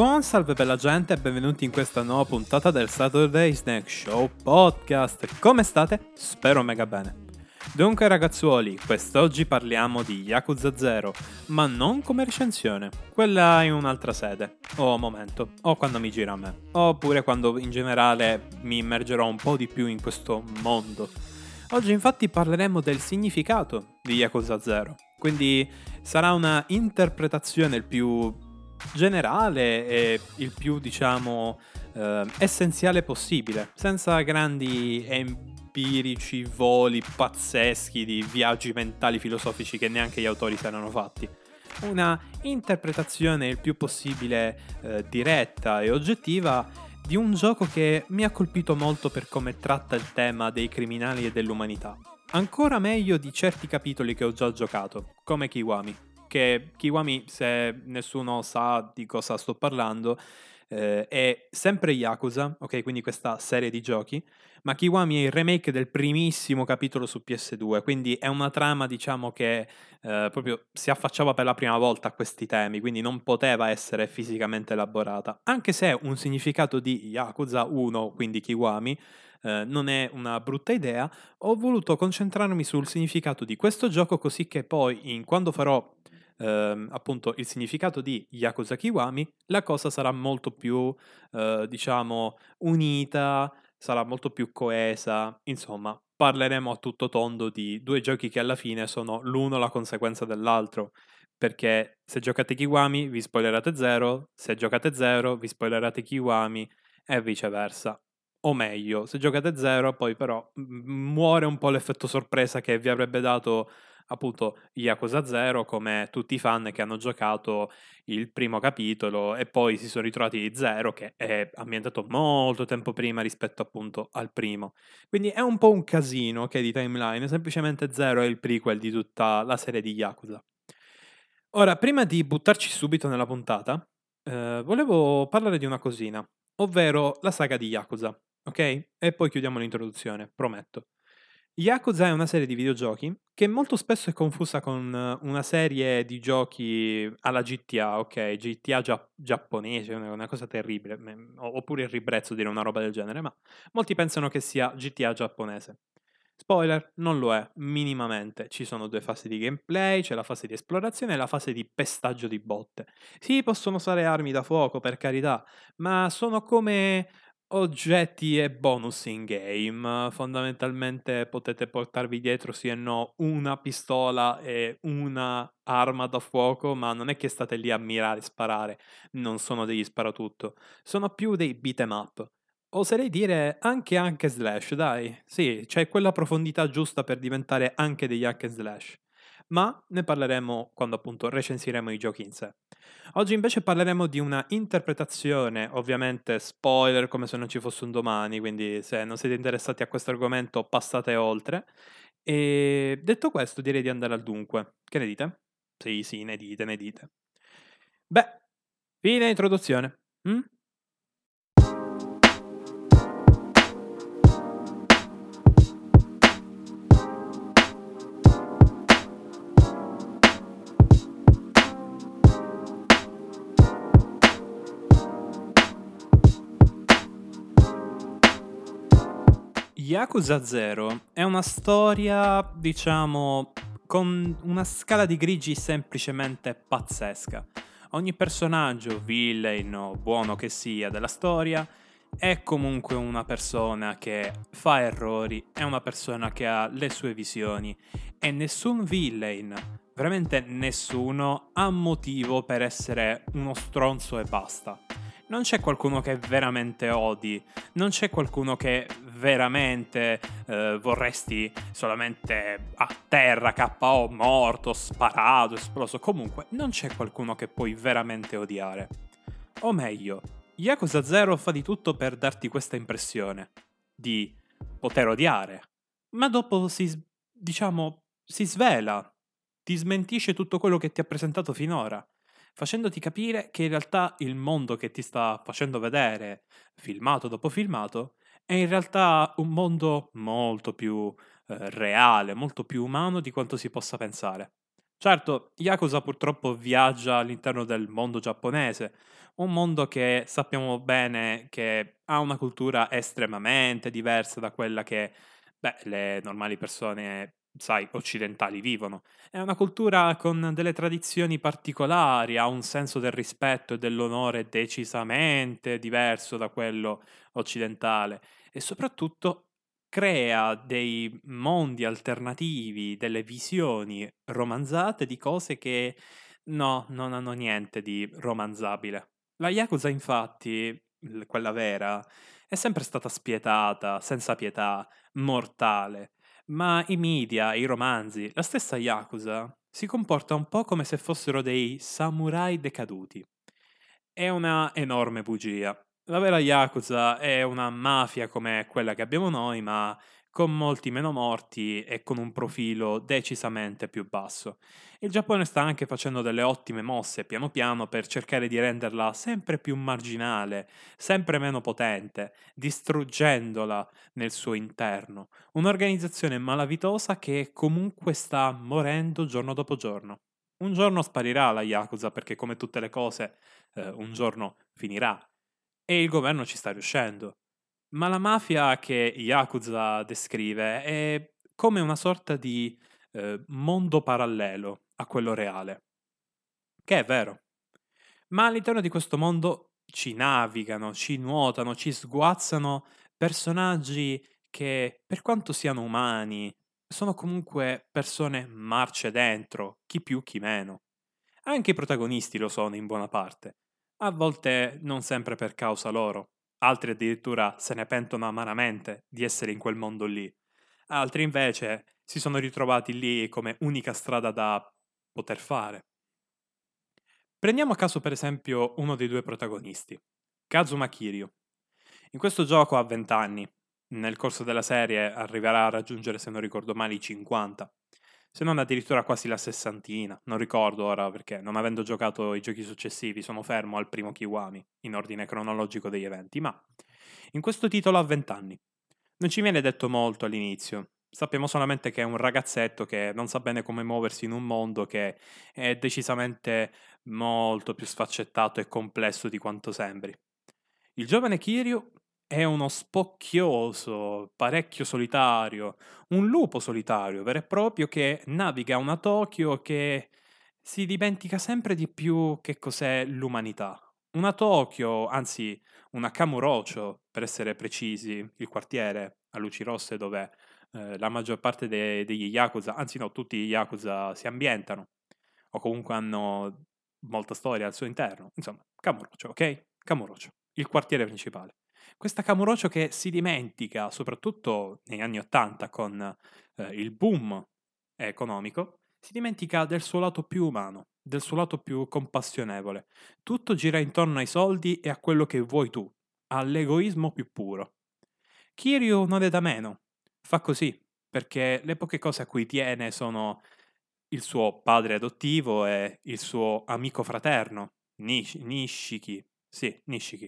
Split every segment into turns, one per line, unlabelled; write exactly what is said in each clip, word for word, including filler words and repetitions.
Buon salve bella gente e benvenuti in questa nuova puntata del Saturday Snack Show Podcast. Come state? Spero mega bene. Dunque ragazzuoli, quest'oggi parliamo di Yakuza zero, ma non come recensione, quella in un'altra sede, o momento, o quando mi gira a me, oppure quando in generale mi immergerò un po' di più in questo mondo. Oggi infatti parleremo del significato di Yakuza zero, quindi sarà una interpretazione il più generale e il più, diciamo, eh, essenziale possibile, senza grandi empirici voli pazzeschi di viaggi mentali filosofici che neanche gli autori si erano fatti. Una interpretazione il più possibile eh, diretta e oggettiva di un gioco che mi ha colpito molto per come tratta il tema dei criminali e dell'umanità. Ancora meglio di certi capitoli che ho già giocato, come Kiwami. Che Kiwami, se nessuno sa di cosa sto parlando, eh, è sempre Yakuza, ok? Quindi questa serie di giochi, ma Kiwami è il remake del primissimo capitolo su P S due, quindi è una trama, diciamo, che eh, proprio si affacciava per la prima volta a questi temi, quindi non poteva essere fisicamente elaborata, anche se un significato di Yakuza uno, quindi Kiwami, eh, non è una brutta idea. Ho voluto concentrarmi sul significato di questo gioco, così che poi, in quando farò ehm, appunto il significato di Yakuza Kiwami, la cosa sarà molto più, eh, diciamo, unita, sarà molto più coesa, insomma, parleremo a tutto tondo di due giochi che alla fine sono l'uno la conseguenza dell'altro, perché se giocate Kiwami vi spoilerate zero, se giocate zero vi spoilerate Kiwami e viceversa. O meglio, se giocate zero poi però m- muore un po' l'effetto sorpresa che vi avrebbe dato appunto Yakuza zero, come tutti i fan che hanno giocato il primo capitolo e poi si sono ritrovati di zero, che è ambientato molto tempo prima rispetto appunto al primo. Quindi è un po' un casino che di timeline, semplicemente zero è il prequel di tutta la serie di Yakuza. Ora, prima di buttarci subito nella puntata, eh, volevo parlare di una cosina, ovvero la saga di Yakuza, ok? E poi chiudiamo l'introduzione, prometto. Yakuza è una serie di videogiochi che molto spesso è confusa con eh, una serie di giochi alla G T A, ok? G T A gia- giapponese, una una cosa terribile, me- o- oppure il ribrezzo dire una roba del genere, ma molti pensano che sia G T A giapponese. Spoiler, non lo è, minimamente. Ci sono due fasi di gameplay, c'è la fase di esplorazione e la fase di pestaggio di botte. Sì, possono usare armi da fuoco, per carità, ma sono come oggetti e bonus in game. Fondamentalmente potete portarvi dietro sì e no una pistola e una arma da fuoco, ma non è che state lì a mirare e sparare. Non sono degli sparatutto, sono più dei beat 'em up. Oserei dire anche hack and slash, dai. Sì, c'è quella profondità giusta per diventare anche degli hack and slash. Ma ne parleremo quando appunto recensiremo i giochi in sé. Oggi invece parleremo di una interpretazione, ovviamente spoiler come se non ci fosse un domani, quindi se non siete interessati a questo argomento passate oltre. E detto questo direi di andare al dunque. Che ne dite? Sì, sì, ne dite, ne dite. Beh, fine introduzione. Mm? Yakuza zero è una storia, diciamo, con una scala di grigi semplicemente pazzesca. Ogni personaggio, villain o buono che sia della storia, è comunque una persona che fa errori, è una persona che ha le sue visioni e nessun villain, veramente nessuno, ha motivo per essere uno stronzo e basta. Non c'è qualcuno che veramente odi, non c'è qualcuno che veramente eh, vorresti solamente a terra, K O, morto, sparato, esploso. Comunque, non c'è qualcuno che puoi veramente odiare. O meglio, Yakuza zero fa di tutto per darti questa impressione di poter odiare, ma dopo si, s- diciamo, si svela, ti smentisce tutto quello che ti ha presentato finora, facendoti capire che in realtà il mondo che ti sta facendo vedere, filmato dopo filmato, è in realtà un mondo molto più eh, reale, molto più umano di quanto si possa pensare. Certo, Yakuza purtroppo viaggia all'interno del mondo giapponese, un mondo che sappiamo bene che ha una cultura estremamente diversa da quella che, beh, le normali persone, sai, occidentali vivono. È una cultura con delle tradizioni particolari, ha un senso del rispetto e dell'onore decisamente diverso da quello occidentale e soprattutto crea dei mondi alternativi, delle visioni romanzate di cose che no, non hanno niente di romanzabile. La Yakuza infatti, l quella vera, è sempre stata spietata, senza pietà, mortale, ma i media, i romanzi, la stessa Yakuza si comporta un po' come se fossero dei samurai decaduti. È una enorme bugia. La vera Yakuza è una mafia come quella che abbiamo noi, ma con molti meno morti e con un profilo decisamente più basso. Il Giappone sta anche facendo delle ottime mosse piano piano per cercare di renderla sempre più marginale, sempre meno potente, distruggendola nel suo interno. Un'organizzazione malavitosa che comunque sta morendo giorno dopo giorno. Un giorno sparirà la Yakuza perché come tutte le cose eh, un giorno finirà e il governo ci sta riuscendo. Ma la mafia che Yakuza descrive è come una sorta di eh, mondo parallelo a quello reale, che è vero. Ma all'interno di questo mondo ci navigano, ci nuotano, ci sguazzano personaggi che, per quanto siano umani, sono comunque persone marce dentro, chi più chi meno. Anche i protagonisti lo sono in buona parte, a volte non sempre per causa loro, altri addirittura se ne pentono amaramente di essere in quel mondo lì, altri invece si sono ritrovati lì come unica strada da poter fare. Prendiamo a caso per esempio uno dei due protagonisti, Kazuma Kiryu. In questo gioco ha venti anni, nel corso della serie arriverà a raggiungere, se non ricordo male, i cinquanta, se non addirittura quasi la sessantina, non ricordo ora perché, non avendo giocato i giochi successivi, sono fermo al primo Kiwami, in ordine cronologico degli eventi, ma in questo titolo ha venti anni. Non ci viene detto molto all'inizio, sappiamo solamente che è un ragazzetto che non sa bene come muoversi in un mondo che è decisamente molto più sfaccettato e complesso di quanto sembri. Il giovane Kiryu è uno spocchioso, parecchio solitario, un lupo solitario vero e proprio che naviga una Tokyo che si dimentica sempre di più che cos'è l'umanità. Una Tokyo, anzi una Kamurocho per essere precisi, il quartiere a luci rosse dove eh, la maggior parte de- degli Yakuza, anzi no, tutti gli Yakuza si ambientano o comunque hanno molta storia al suo interno. Insomma, Kamurocho, ok? Kamurocho, il quartiere principale. Questa Kamurocho che si dimentica, soprattutto negli anni Ottanta con eh, il boom economico, si dimentica del suo lato più umano, del suo lato più compassionevole. Tutto gira intorno ai soldi e a quello che vuoi tu, all'egoismo più puro. Kiryu non è da meno, fa così, perché le poche cose a cui tiene sono il suo padre adottivo e il suo amico fraterno, Nish- Nishiki. Sì, Nishiki.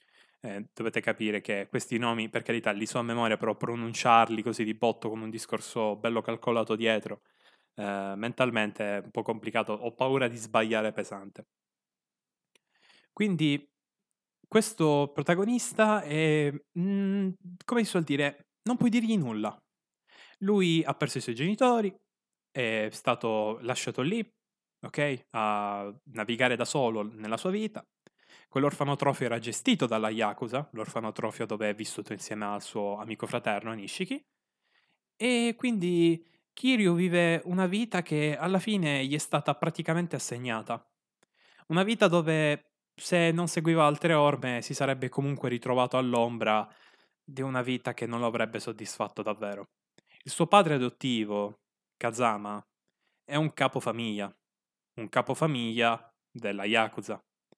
Eh, dovete capire che questi nomi, per carità, li so a memoria, però pronunciarli così di botto con un discorso bello calcolato dietro, eh, mentalmente è un po' complicato, ho paura di sbagliare pesante. Quindi questo protagonista è, mm, come si suol dire, non puoi dirgli nulla. Lui ha perso i suoi genitori, è stato lasciato lì, ok, a navigare da solo nella sua vita. Quell'orfanotrofio era gestito dalla Yakuza, l'orfanotrofio dove è vissuto insieme al suo amico fraterno Nishiki, e quindi Kiryu vive una vita che alla fine gli è stata praticamente assegnata. Una vita dove se non seguiva altre orme si sarebbe comunque ritrovato all'ombra di una vita che non lo avrebbe soddisfatto davvero. Il suo padre adottivo, Kazama, è un capofamiglia, un capofamiglia della Yakuza.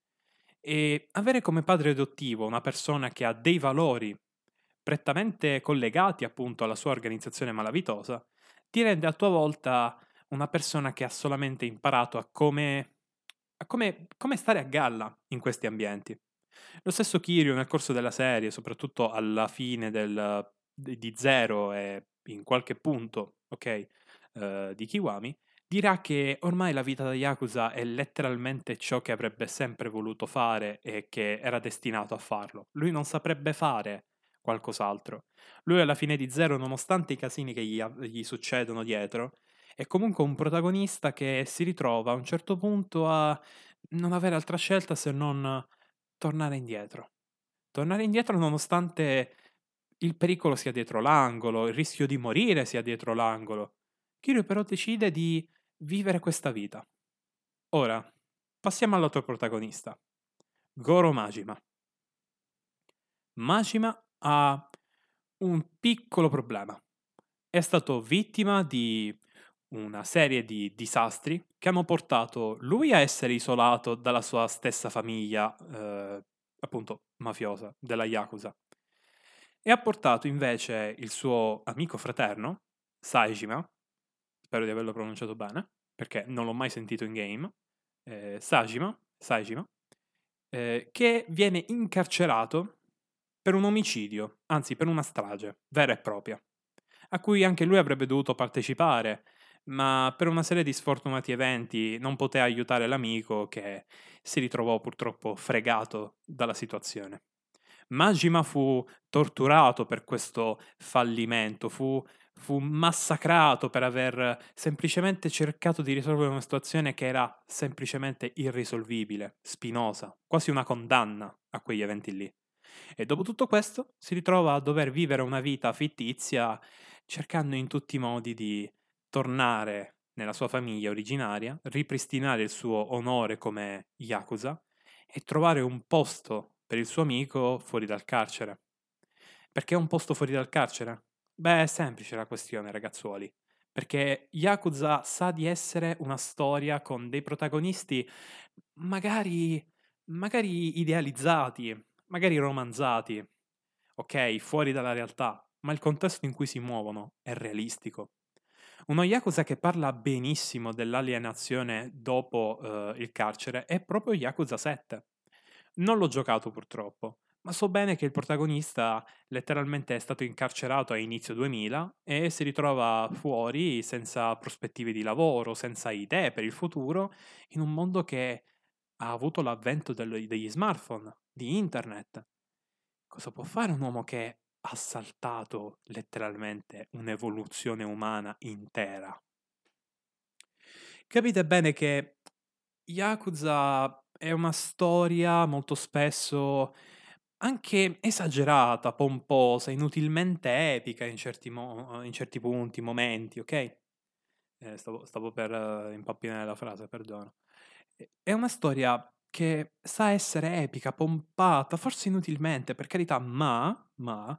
E avere come padre adottivo una persona che ha dei valori prettamente collegati appunto alla sua organizzazione malavitosa ti rende a tua volta una persona che ha solamente imparato a come, a come, come stare a galla in questi ambienti. Lo stesso Kiryu nel corso della serie, soprattutto alla fine del, di di Zero e in qualche punto, ok, eh, di Kiwami, dirà che ormai la vita da Yakuza è letteralmente ciò che avrebbe sempre voluto fare e che era destinato a farlo. Lui non saprebbe fare qualcos'altro. Lui alla fine di Zero, nonostante i casini che gli, gli succedono dietro, è comunque un protagonista che si ritrova a un certo punto a non avere altra scelta se non tornare indietro. Tornare indietro nonostante il pericolo sia dietro l'angolo, il rischio di morire sia dietro l'angolo. Kiryu però decide di vivere questa vita. Ora, passiamo all'altro protagonista, Goro Majima. Majima ha un piccolo problema. È stato vittima di una serie di disastri che hanno portato lui a essere isolato dalla sua stessa famiglia, eh, appunto mafiosa, della Yakuza, e ha portato invece il suo amico fraterno, Saejima, spero di averlo pronunciato bene, perché non l'ho mai sentito in game, eh, Sajima, Saejima, eh, che viene incarcerato per un omicidio, anzi per una strage vera e propria, a cui anche lui avrebbe dovuto partecipare, ma per una serie di sfortunati eventi non poté aiutare l'amico che si ritrovò purtroppo fregato dalla situazione. Majima fu torturato per questo fallimento, fu, fu massacrato per aver semplicemente cercato di risolvere una situazione che era semplicemente irrisolvibile, spinosa, quasi una condanna a quegli eventi lì. E dopo tutto questo si ritrova a dover vivere una vita fittizia cercando in tutti i modi di tornare nella sua famiglia originaria, ripristinare il suo onore come Yakuza e trovare un posto per il suo amico fuori dal carcere. Perché un posto fuori dal carcere? Beh, è semplice la questione, ragazzuoli. Perché Yakuza sa di essere una storia con dei protagonisti magari, magari idealizzati, magari romanzati, ok, fuori dalla realtà, ma il contesto in cui si muovono è realistico. Uno Yakuza che parla benissimo dell'alienazione dopo eh, il carcere è proprio Yakuza sette. Non l'ho giocato purtroppo, ma so bene che il protagonista letteralmente è stato incarcerato a inizio duemila e si ritrova fuori senza prospettive di lavoro, senza idee per il futuro, in un mondo che ha avuto l'avvento dello- degli smartphone, di internet. Cosa può fare un uomo che ha saltato letteralmente un'evoluzione umana intera? Capite bene che Yakuza è una storia molto spesso anche esagerata, pomposa, inutilmente epica in certi, mo- in certi punti, momenti, ok? Eh, stavo, stavo per eh, impappinare la frase, perdono. E- È una storia che sa essere epica, pompata, forse inutilmente, per carità, ma, ma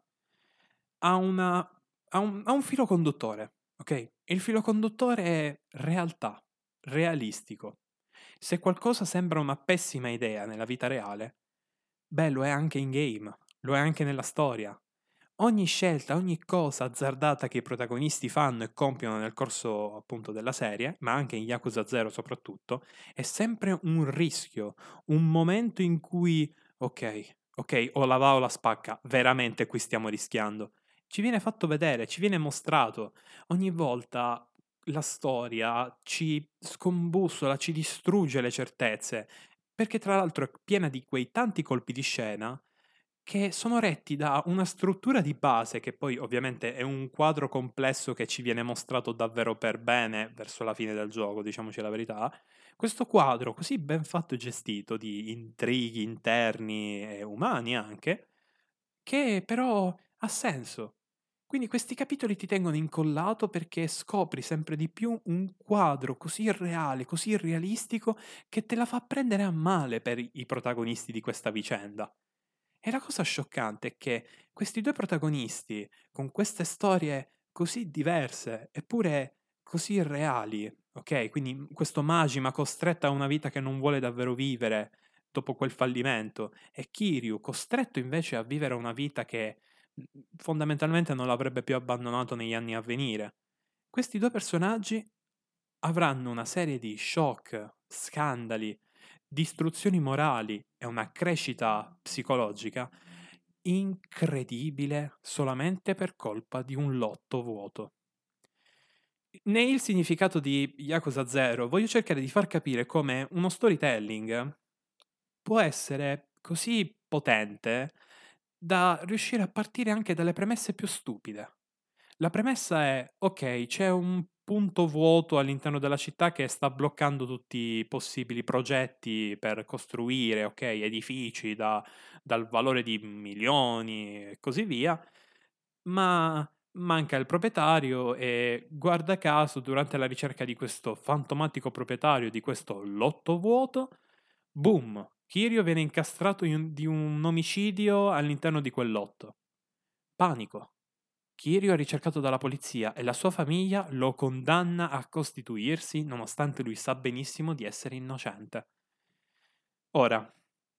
ha, una, ha, un, ha un filo conduttore, ok? E il filo conduttore è realtà, realistico. Se qualcosa sembra una pessima idea nella vita reale, beh, lo è anche in game, lo è anche nella storia. Ogni scelta, ogni cosa azzardata che i protagonisti fanno e compiono nel corso appunto della serie, ma anche in Yakuza Zero soprattutto, è sempre un rischio, un momento in cui, ok, ok, o la va o la spacca, veramente qui stiamo rischiando. Ci viene fatto vedere, ci viene mostrato. Ogni volta la storia ci scombussola, ci distrugge le certezze, perché tra l'altro è piena di quei tanti colpi di scena che sono retti da una struttura di base che poi ovviamente è un quadro complesso che ci viene mostrato davvero per bene verso la fine del gioco, diciamoci la verità. Questo quadro così ben fatto e gestito di intrighi interni e umani anche, che però ha senso. Quindi questi capitoli ti tengono incollato perché scopri sempre di più un quadro così irreale, così irrealistico, che te la fa prendere a male per i protagonisti di questa vicenda. E la cosa scioccante è che questi due protagonisti, con queste storie così diverse, eppure così irreali, ok? Quindi questo Majima costretto a una vita che non vuole davvero vivere dopo quel fallimento, e Kiryu costretto invece a vivere una vita che mh, fondamentalmente non l'avrebbe più abbandonato negli anni a venire. Questi due personaggi avranno una serie di shock, scandali, distruzioni morali e una crescita psicologica incredibile solamente per colpa di un lotto vuoto. Nel significato di Yakuza Zero voglio cercare di far capire come uno storytelling può essere così potente da riuscire a partire anche dalle premesse più stupide. La premessa è: ok, c'è un punto vuoto all'interno della città che sta bloccando tutti i possibili progetti per costruire, ok, edifici da- dal valore di milioni e così via, ma manca il proprietario e guarda caso durante la ricerca di questo fantomatico proprietario di questo lotto vuoto, boom, Kirio viene incastrato in un- di un omicidio all'interno di quel lotto. Panico. Kirio è ricercato dalla polizia e la sua famiglia lo condanna a costituirsi nonostante lui sa benissimo di essere innocente. Ora,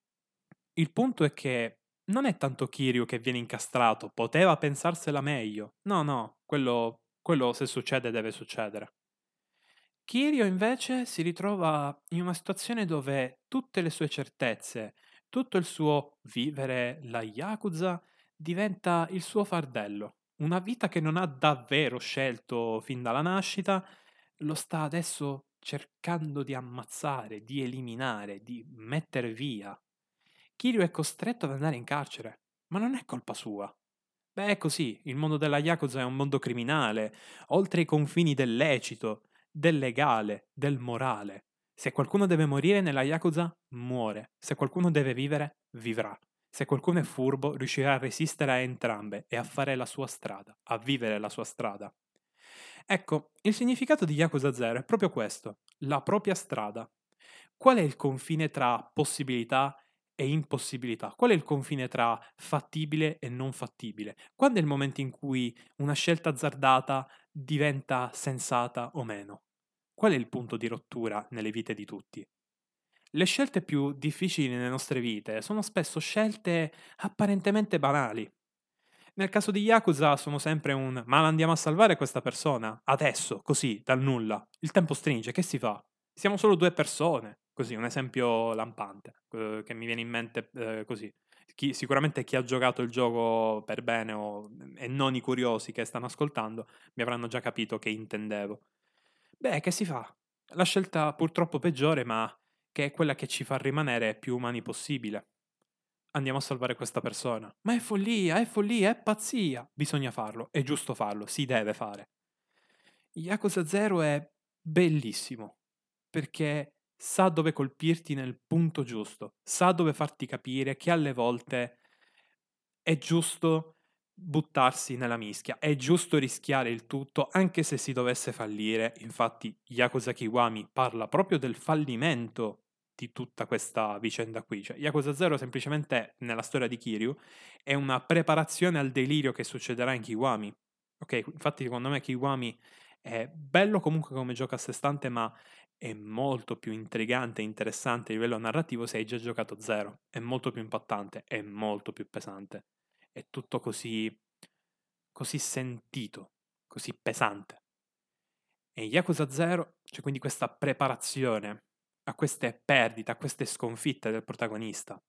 il punto è che non è tanto Kirio che viene incastrato, poteva pensarsela meglio. No, no, quello, quello se succede deve succedere. Kirio invece si ritrova in una situazione dove tutte le sue certezze, tutto il suo vivere la Yakuza diventa il suo fardello. Una vita che non ha davvero scelto fin dalla nascita, lo sta adesso cercando di ammazzare, di eliminare, di mettere via. Kirio è costretto ad andare in carcere, ma non è colpa sua. Beh, è così, il mondo della Yakuza è un mondo criminale, oltre i confini del lecito, del legale, del morale. Se qualcuno deve morire nella Yakuza, muore. Se qualcuno deve vivere, vivrà. Se qualcuno è furbo, riuscirà a resistere a entrambe e a fare la sua strada, a vivere la sua strada. Ecco, il significato di Yakuza Zero è proprio questo, la propria strada. Qual è il confine tra possibilità e impossibilità? Qual è il confine tra fattibile e non fattibile? Quando è il momento in cui una scelta azzardata diventa sensata o meno? Qual è il punto di rottura nelle vite di tutti? Le scelte più difficili nelle nostre vite sono spesso scelte apparentemente banali. Nel caso di Yakuza sono sempre un ma la andiamo a salvare questa persona? Adesso, così, dal nulla. Il tempo stringe, che si fa? Siamo solo due persone. Così, un esempio lampante eh, che mi viene in mente eh, così. Chi- sicuramente chi ha giocato il gioco per bene o- e non i curiosi che stanno ascoltando mi avranno già capito che intendevo. Beh, che si fa? La scelta purtroppo peggiore, ma che è quella che ci fa rimanere più umani possibile. Andiamo a salvare questa persona. Ma è follia, è follia, è pazzia. Bisogna farlo, è giusto farlo, si deve fare. Yakuza Zero è bellissimo perché sa dove colpirti nel punto giusto, sa dove farti capire che alle volte è giusto buttarsi nella mischia, è giusto rischiare il tutto anche se si dovesse fallire. Infatti Yakuza Kiwami parla proprio del fallimento di tutta questa vicenda qui. Cioè, Yakuza Zero semplicemente nella storia di Kiryu è una preparazione al delirio che succederà in Kiwami. Ok, infatti secondo me Kiwami è bello comunque come gioco a sé stante, ma è molto più intrigante e interessante a livello narrativo se hai già giocato Zero. È molto più impattante, è molto più pesante. È tutto così, così sentito, così pesante. E in Yakuza Zero c'è quindi questa preparazione a queste perdite, a queste sconfitte del protagonista.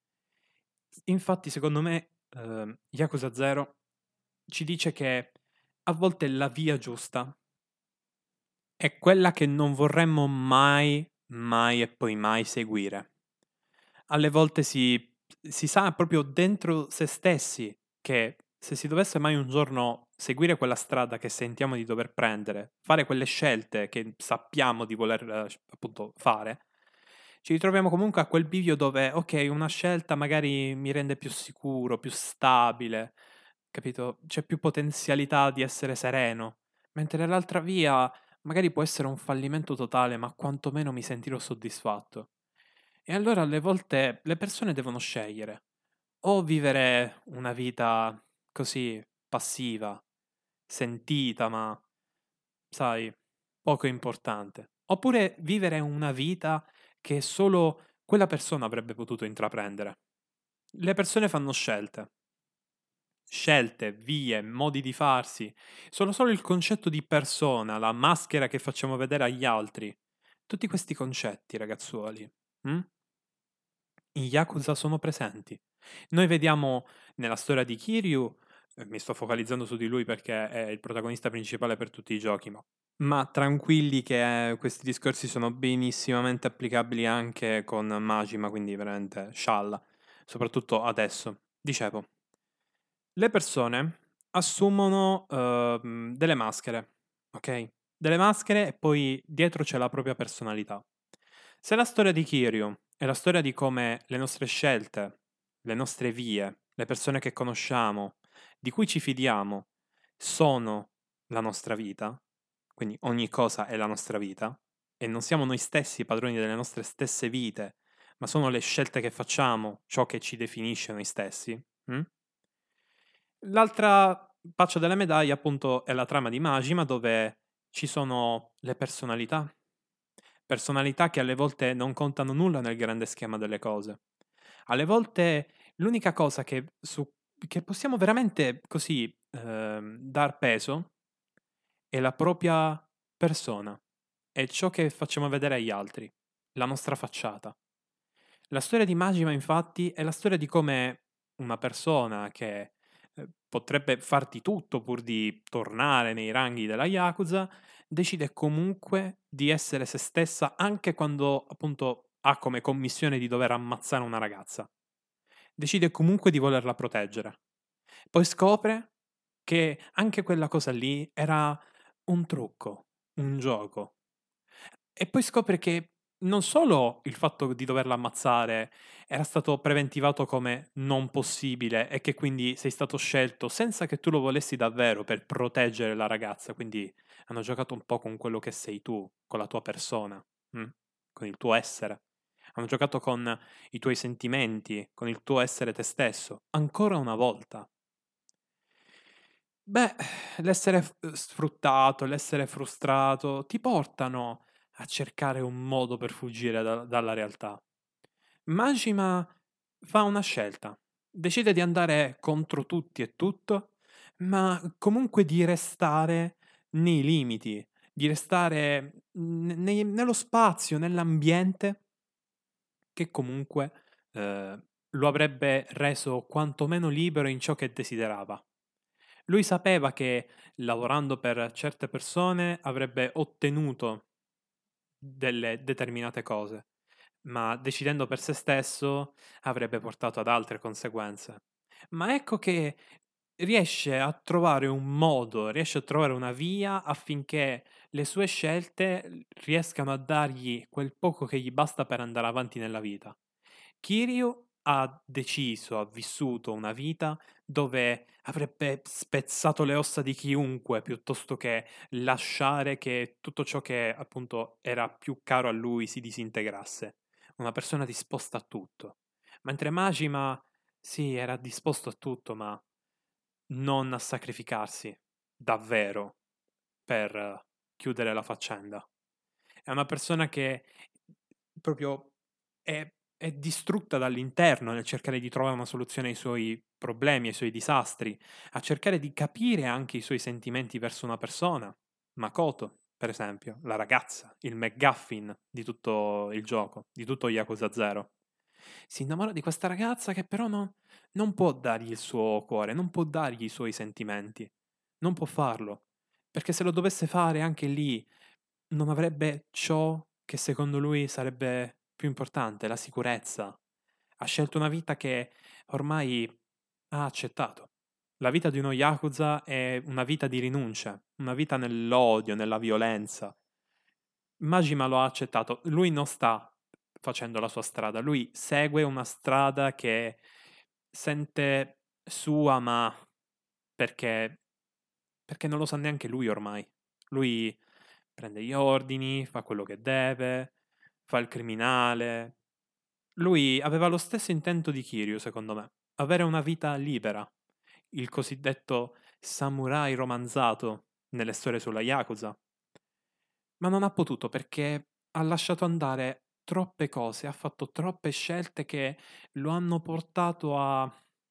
Infatti, secondo me, eh, Yakuza Zero ci dice che a volte la via giusta è quella che non vorremmo mai, mai e poi mai seguire. Alle volte si, si sa proprio dentro se stessi che se si dovesse mai un giorno seguire quella strada che sentiamo di dover prendere, fare quelle scelte che sappiamo di voler eh, appunto fare, ci ritroviamo comunque a quel bivio dove, ok, una scelta magari mi rende più sicuro, più stabile, capito? C'è più potenzialità di essere sereno, mentre l'altra via magari può essere un fallimento totale, ma quantomeno mi sentirò soddisfatto. E allora alle volte le persone devono scegliere o vivere una vita così passiva, sentita, ma sai, poco importante, oppure vivere una vita che solo quella persona avrebbe potuto intraprendere. Le persone fanno scelte. Scelte, vie, modi di farsi. Sono solo il concetto di persona, la maschera che facciamo vedere agli altri. Tutti questi concetti, ragazzuoli. mm? In Yakuza sono presenti. Noi vediamo nella storia di Kiryu mi sto focalizzando su di lui perché è il protagonista principale per tutti i giochi, ma, ma tranquilli che eh, questi discorsi sono benissimamente applicabili anche con Majima, quindi veramente scialla, soprattutto adesso. Dicevo, le persone assumono ehm, delle maschere, ok? Delle maschere e poi dietro c'è la propria personalità. Se la storia di Kiryu è la storia di come le nostre scelte, le nostre vie, le persone che conosciamo, di cui ci fidiamo, sono la nostra vita, quindi ogni cosa è la nostra vita, e non siamo noi stessi padroni delle nostre stesse vite, ma sono le scelte che facciamo ciò che ci definisce noi stessi. mm? L'altra faccia della medaglia, appunto, è la trama di Majima, dove ci sono le personalità. Personalità che alle volte non contano nulla nel grande schema delle cose. Alle volte l'unica cosa che, su, che possiamo veramente così ehm, dar peso è la propria persona, è ciò che facciamo vedere agli altri, la nostra facciata. La storia di Majima, infatti, è la storia di come una persona che eh, potrebbe far di tutto pur di tornare nei ranghi della Yakuza, decide comunque di essere se stessa anche quando appunto ha come commissione di dover ammazzare una ragazza. Decide comunque di volerla proteggere. Poi scopre che anche quella cosa lì era un trucco, un gioco. E poi scopre che non solo il fatto di doverla ammazzare era stato preventivato come non possibile e che quindi sei stato scelto senza che tu lo volessi davvero per proteggere la ragazza, quindi hanno giocato un po' con quello che sei tu, con la tua persona, mm? Con il tuo essere. Hanno giocato con i tuoi sentimenti, con il tuo essere te stesso, ancora una volta. Beh, l'essere f- sfruttato, l'essere frustrato ti portano a cercare un modo per fuggire da- dalla realtà. Majima fa una scelta, decide di andare contro tutti e tutto, ma comunque di restare nei limiti, di restare ne- nei- nello spazio, nell'ambiente che comunque eh, lo avrebbe reso quantomeno libero in ciò che desiderava. Lui sapeva che lavorando per certe persone avrebbe ottenuto delle determinate cose, ma decidendo per se stesso avrebbe portato ad altre conseguenze. Ma ecco che riesce a trovare un modo, riesce a trovare una via affinché le sue scelte riescano a dargli quel poco che gli basta per andare avanti nella vita. Kiryu ha deciso, ha vissuto una vita dove avrebbe spezzato le ossa di chiunque piuttosto che lasciare che tutto ciò che appunto era più caro a lui si disintegrasse. Una persona disposta a tutto. Mentre Majima, sì, era disposto a tutto, ma non a sacrificarsi davvero per eh, chiudere la faccenda. È una persona che proprio è, è distrutta dall'interno nel cercare di trovare una soluzione ai suoi problemi, ai suoi disastri, a cercare di capire anche i suoi sentimenti verso una persona. Makoto, per esempio, la ragazza, il McGuffin di tutto il gioco, di tutto Yakuza Zero. Si innamora di questa ragazza che però non, non può dargli il suo cuore, non può dargli i suoi sentimenti, non può farlo, perché se lo dovesse fare anche lì non avrebbe ciò che secondo lui sarebbe più importante, la sicurezza. Ha scelto una vita che ormai ha accettato. La vita di uno Yakuza è una vita di rinuncia, una vita nell'odio, nella violenza. Majima lo ha accettato. Lui non sta facendo la sua strada, lui segue una strada che sente sua, ma perché, perché non lo sa neanche lui ormai. Lui prende gli ordini, fa quello che deve, fa il criminale. Lui aveva lo stesso intento di Kiryu, secondo me, avere una vita libera, il cosiddetto samurai romanzato nelle storie sulla Yakuza. Ma non ha potuto perché ha lasciato andare troppe cose, ha fatto troppe scelte che lo hanno portato a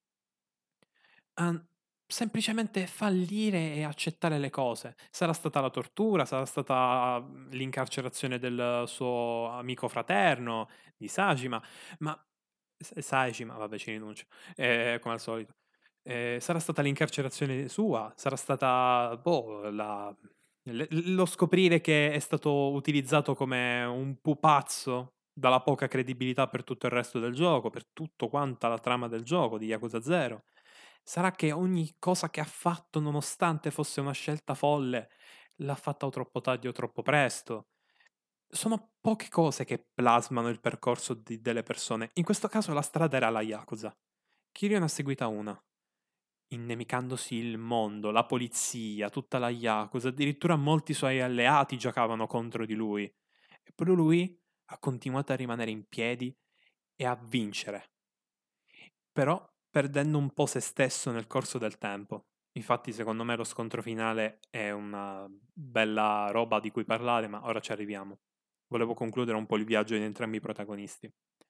a semplicemente fallire e accettare le cose. Sarà stata la tortura, sarà stata, mhmm, l'incarcerazione del suo amico fraterno, di Sajima, ma S Saejima, vabbè ci rinuncio, ehm, come al solito. Eh, sarà stata l'incarcerazione sua, sarà stata boh, la- l- lo scoprire che è stato utilizzato come un pupazzo dalla poca credibilità per tutto il resto del gioco, per tutto quanta la trama del gioco di Yakuza Zero. Sarà che ogni cosa che ha fatto, nonostante fosse una scelta folle, l'ha fatta o troppo tardi o troppo presto. Sono poche cose che plasmano il percorso di- delle persone. In questo caso la strada era la Yakuza. Kiryu ne ha seguita una, innemicandosi il mondo, la polizia, tutta la Yakuza, addirittura molti suoi alleati giocavano contro di lui. Eppure lui ha continuato a rimanere in piedi e a vincere, però perdendo un po' se stesso nel corso del tempo. Infatti, secondo me, lo scontro finale è una bella roba di cui parlare, ma ora ci arriviamo. Volevo concludere un po' il viaggio di entrambi i protagonisti.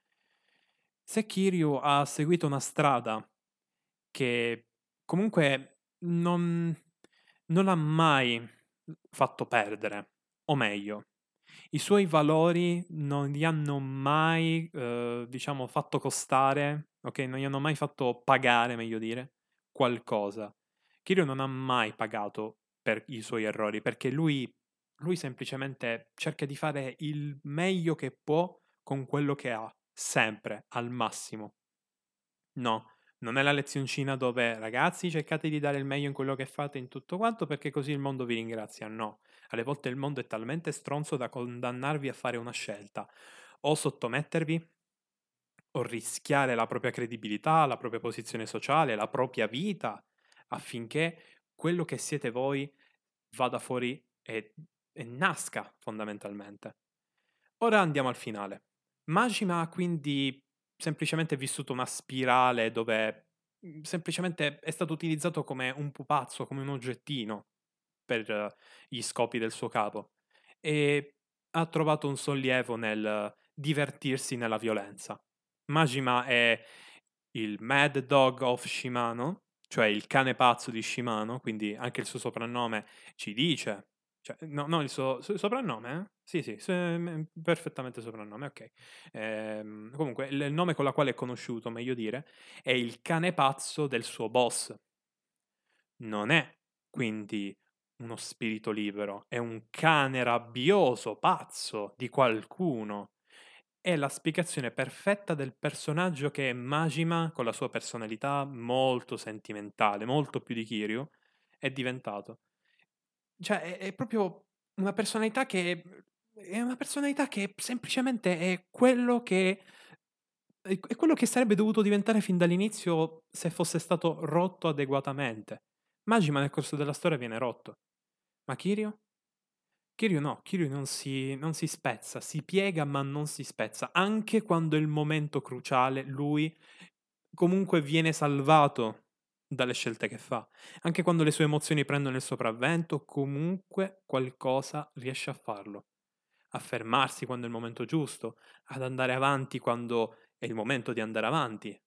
Se Kiryu ha seguito una strada che comunque non, non ha mai fatto perdere, o meglio, i suoi valori non gli hanno mai, eh, diciamo, fatto costare, ok? Non gli hanno mai fatto pagare, meglio dire, qualcosa. Kiryu non ha mai pagato per i suoi errori, perché lui, lui semplicemente cerca di fare il meglio che può con quello che ha, sempre, al massimo. No, non è la lezioncina dove ragazzi cercate di dare il meglio in quello che fate in tutto quanto perché così il mondo vi ringrazia. No, alle volte il mondo è talmente stronzo da condannarvi a fare una scelta, o sottomettervi o rischiare la propria credibilità, la propria posizione sociale, la propria vita affinché quello che siete voi vada fuori e, e nasca fondamentalmente. Ora andiamo al finale. Majima ha quindi semplicemente vissuto una spirale dove mm, semplicemente è stato utilizzato come un pupazzo, come un oggettino per eh, gli scopi del suo capo e ha trovato un sollievo nel divertirsi nella violenza. Majima è il Mad Dog of Shimano, cioè il cane pazzo di Shimano, quindi anche il suo soprannome ci dice, cioè, no, no, il suo, suo soprannome, eh? Sì, sì, su- mm, perfettamente soprannome, ok. Ehm, comunque, il, il nome con la quale è conosciuto, meglio dire, è il cane pazzo del suo boss. Non è quindi uno spirito libero, è un cane rabbioso, pazzo di qualcuno. È la spiegazione perfetta del personaggio che Majima, con la sua personalità molto sentimentale, molto più di Kiryu, è diventato. Cioè, è, è proprio una personalità che è una personalità che semplicemente è quello che è è quello che sarebbe dovuto diventare fin dall'inizio se fosse stato rotto adeguatamente. Majima nel corso della storia viene rotto, ma Kiryu? Kiryu no, Kiryu non si, non si spezza, si piega ma non si spezza. Anche quando è il momento cruciale, lui comunque viene salvato dalle scelte che fa. Anche quando le sue emozioni prendono il sopravvento, comunque qualcosa riesce a farlo. A fermarsi quando è il momento giusto, ad andare avanti quando è il momento di andare avanti.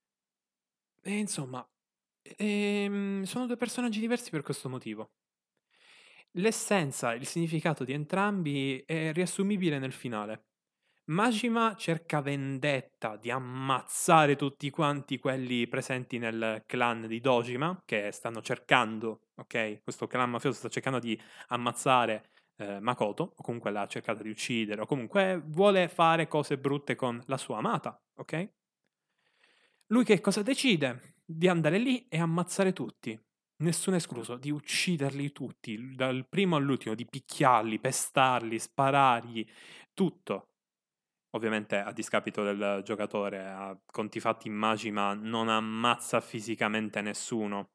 E insomma, ehm, sono due personaggi diversi per questo motivo. L'essenza, il significato di entrambi è riassumibile nel finale. Majima cerca vendetta di ammazzare tutti quanti quelli presenti nel clan di Dojima, che stanno cercando, ok? Questo clan mafioso sta cercando di ammazzare eh, Makoto, o comunque l'ha cercata di uccidere, o comunque vuole fare cose brutte con la sua amata, ok? Lui che cosa decide? Di andare lì e ammazzare tutti, nessuno escluso, di ucciderli tutti, dal primo all'ultimo, di picchiarli, pestarli, sparargli, tutto. Ovviamente a discapito del giocatore, a conti fatti Majima non ammazza fisicamente nessuno.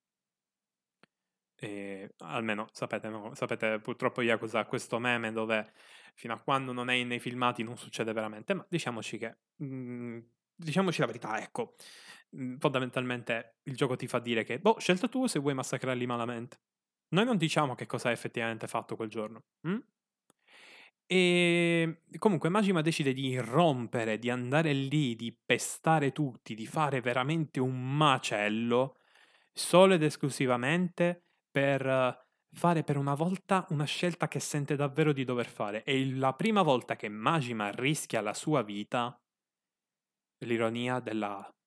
E, almeno sapete, no? Sapete purtroppo Yakuza ha questo meme dove fino a quando non è nei filmati non succede veramente, ma diciamoci che, mm, diciamoci la verità, ecco, mm, fondamentalmente il gioco ti fa dire che, boh, scelta tu se vuoi massacrarli malamente. Noi non diciamo che cosa ha effettivamente fatto quel giorno. Mm? E comunque Majima decide di irrompere, di andare lì, di pestare tutti, di fare veramente un macello, solo ed esclusivamente per eh, fare per una volta una scelta che sente davvero di dover fare. È il- la prima volta che Majima rischia la sua vita, l'ironia della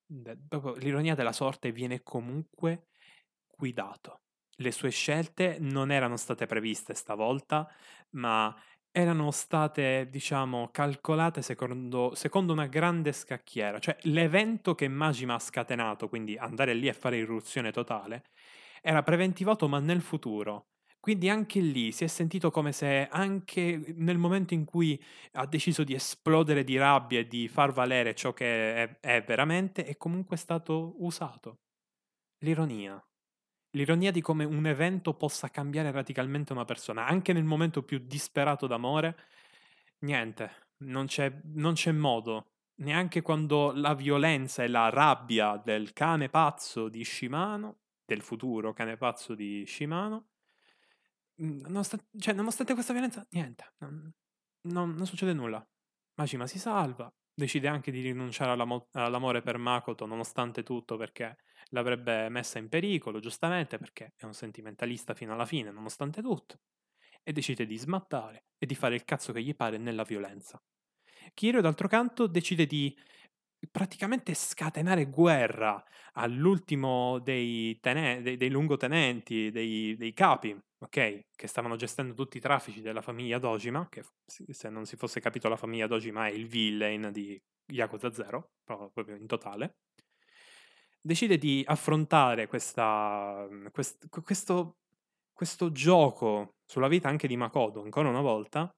de- proprio l'ironia della sorte, viene comunque guidato. Le sue scelte non erano state previste stavolta, ma erano state, diciamo, calcolate secondo, secondo una grande scacchiera. Cioè, l'evento che Majima ha scatenato, quindi andare lì e fare irruzione totale, era preventivato ma nel futuro. Quindi anche lì si è sentito come se anche nel momento in cui ha deciso di esplodere di rabbia e di far valere ciò che è, è veramente, è comunque stato usato. L'ironia. L'ironia di come un evento possa cambiare radicalmente una persona, anche nel momento più disperato d'amore, niente, non c'è, non c'è modo. Neanche quando la violenza e la rabbia del cane pazzo di Shimano, del futuro cane pazzo di Shimano, mm, nonostan- cioè, nonostante questa violenza, niente, non, non- non succede nulla. Majima si salva, decide anche di rinunciare all'amo- all'amore per Makoto nonostante tutto perché l'avrebbe messa in pericolo, giustamente, perché è un sentimentalista fino alla fine, nonostante tutto, e decide di smattare e di fare il cazzo che gli pare nella violenza. Kirio, d'altro canto, decide di praticamente scatenare guerra all'ultimo dei, tene- dei, dei lungotenenti, dei, dei capi, ok? Che stavano gestendo tutti i traffici della famiglia Dojima, che se non si fosse capito la famiglia Dojima è il villain di Yakuza Zero, proprio in totale. Decide di affrontare questa, quest- questo, questo gioco sulla vita anche di Makoto, ancora una volta,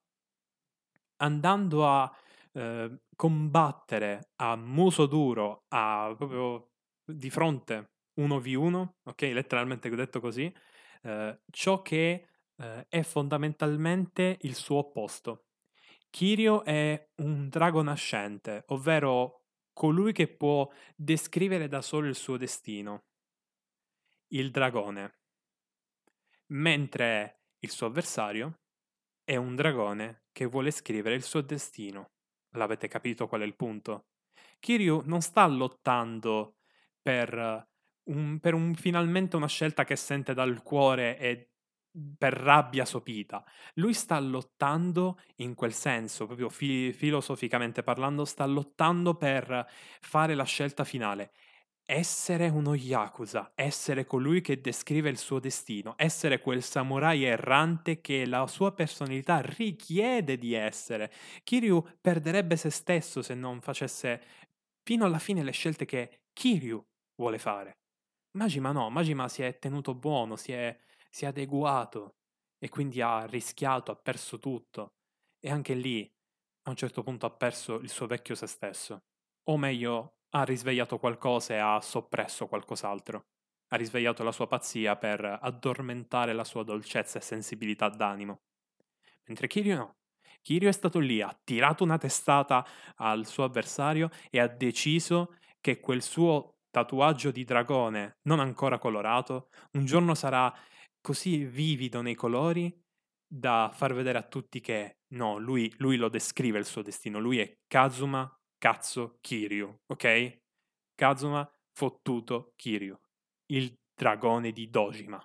andando a eh, combattere a muso duro, a, proprio di fronte uno vu uno, ok, letteralmente detto così, eh, ciò che eh, è fondamentalmente il suo opposto. Kirio è un drago nascente, ovvero colui che può descrivere da solo il suo destino, il dragone, mentre il suo avversario è un dragone che vuole scrivere il suo destino. L'avete capito qual è il punto? Kiryu non sta lottando per un, per un finalmente una scelta che sente dal cuore e per rabbia sopita. Lui sta lottando in quel senso, proprio fi- filosoficamente parlando, sta lottando per fare la scelta finale. Essere uno Yakuza, essere colui che descrive il suo destino, essere quel samurai errante che la sua personalità richiede di essere. Kiryu perderebbe se stesso se non facesse fino alla fine le scelte che Kiryu vuole fare. Majima no, Majima si è tenuto buono, si è, si è adeguato e quindi ha rischiato, ha perso tutto. E anche lì, a un certo punto, ha perso il suo vecchio se stesso. O meglio, ha risvegliato qualcosa e ha soppresso qualcos'altro. Ha risvegliato la sua pazzia per addormentare la sua dolcezza e sensibilità d'animo. Mentre Kiryu no. Kiryu è stato lì, ha tirato una testata al suo avversario e ha deciso che quel suo tatuaggio di dragone non ancora colorato un giorno sarà così vivido nei colori da far vedere a tutti che no, lui, lui lo descrive il suo destino, lui è Kazuma cazzo Kiryu, ok? Kazuma fottuto Kiryu, il dragone di Dojima.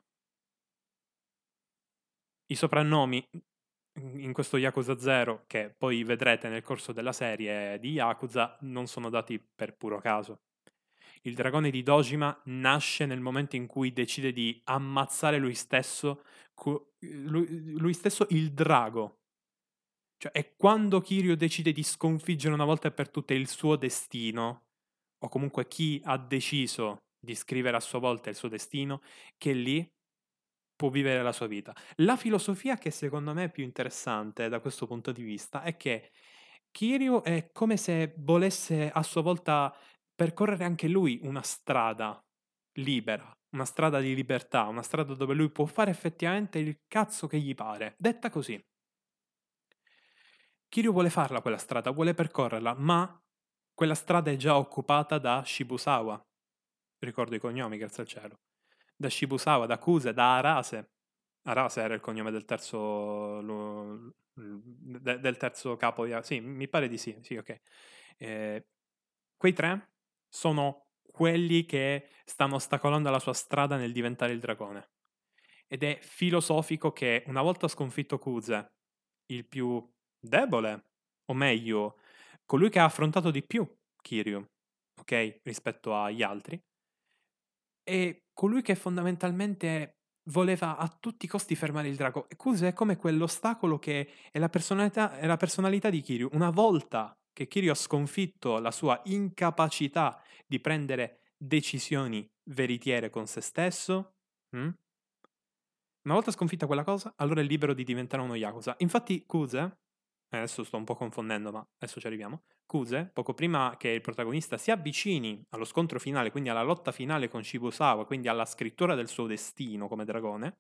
I soprannomi in questo Yakuza Zero, che poi vedrete nel corso della serie di Yakuza, non sono dati per puro caso. Il dragone di Dojima nasce nel momento in cui decide di ammazzare lui stesso, lui, lui stesso il drago. Cioè, è quando Kiryu decide di sconfiggere una volta e per tutte il suo destino, o comunque chi ha deciso di scrivere a sua volta il suo destino, che lì può vivere la sua vita. La filosofia che secondo me è più interessante da questo punto di vista è che Kiryu è come se volesse a sua volta percorrere anche lui una strada libera, una strada di libertà, una strada dove lui può fare effettivamente il cazzo che gli pare. Detta così. Kiryu vuole farla quella strada, vuole percorrerla, ma quella strada è già occupata da Shibusawa. Ricordo i cognomi, grazie al cielo. Da Shibusawa, da Kuse, da Arase. Arase era il cognome del terzo, lo- de- del terzo capo di... Sì, mi pare di sì, sì, ok. Eh, quei tre sono quelli che stanno ostacolando la sua strada nel diventare il dragone. Ed è filosofico che una volta sconfitto Kuze, il più debole, o meglio, colui che ha affrontato di più Kiryu, ok? Rispetto agli altri. E colui che fondamentalmente voleva a tutti i costi fermare il drago. E Kuse è come quell'ostacolo che è la personalità, è la personalità di Kiryu. Una volta che Kiryu ha sconfitto la sua incapacità di prendere decisioni veritiere con se stesso, mm? Una volta sconfitta quella cosa, allora è libero di diventare uno Yakuza. Infatti Kuse, adesso sto un po' confondendo, ma adesso ci arriviamo. Kuse, poco prima che il protagonista si avvicini allo scontro finale, quindi alla lotta finale con Shibusawa, quindi alla scrittura del suo destino come dragone,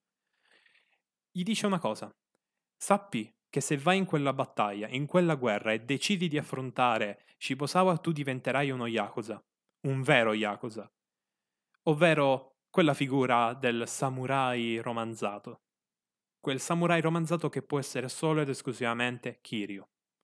gli dice una cosa. Sappi che se vai in quella battaglia, in quella guerra e decidi di affrontare Shibusawa, tu diventerai uno Yakuza. Un vero Yakuza. Ovvero quella figura del samurai romanzato. Quel samurai romanzato che può essere solo ed esclusivamente Kiryu.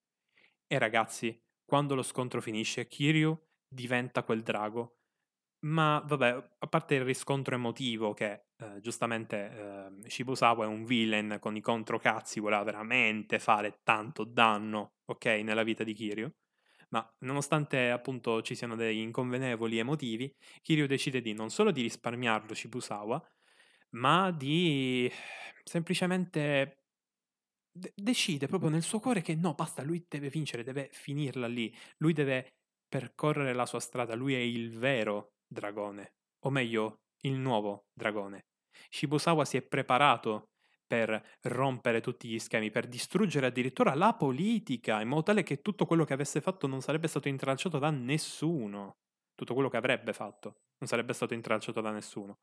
E ragazzi, quando lo scontro finisce, Kiryu diventa quel drago. Ma vabbè, a parte il riscontro emotivo che eh, giustamente eh, Shibusawa è un villain con i controcazzi, voleva veramente fare tanto danno, ok, nella vita di Kiryu. Ma nonostante appunto ci siano degli inconvenevoli emotivi, Kiryu decide di non solo di risparmiarlo Shibusawa, ma di semplicemente de- decide proprio nel suo cuore che no, basta, lui deve vincere, deve finirla lì, lui deve percorrere la sua strada, lui è il vero dragone, o meglio, il nuovo dragone. Shibusawa si è preparato per rompere tutti gli schemi, per distruggere addirittura la politica, in modo tale che tutto quello che avesse fatto non sarebbe stato intralciato da nessuno. Tutto quello che avrebbe fatto non sarebbe stato intralciato da nessuno.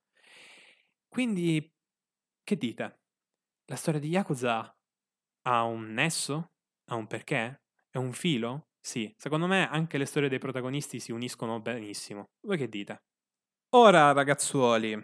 Quindi, che dite? La storia di Yakuza ha un nesso? Ha un perché? È un filo? Sì, secondo me anche le storie dei protagonisti si uniscono benissimo. Voi che dite? Ora, ragazzuoli,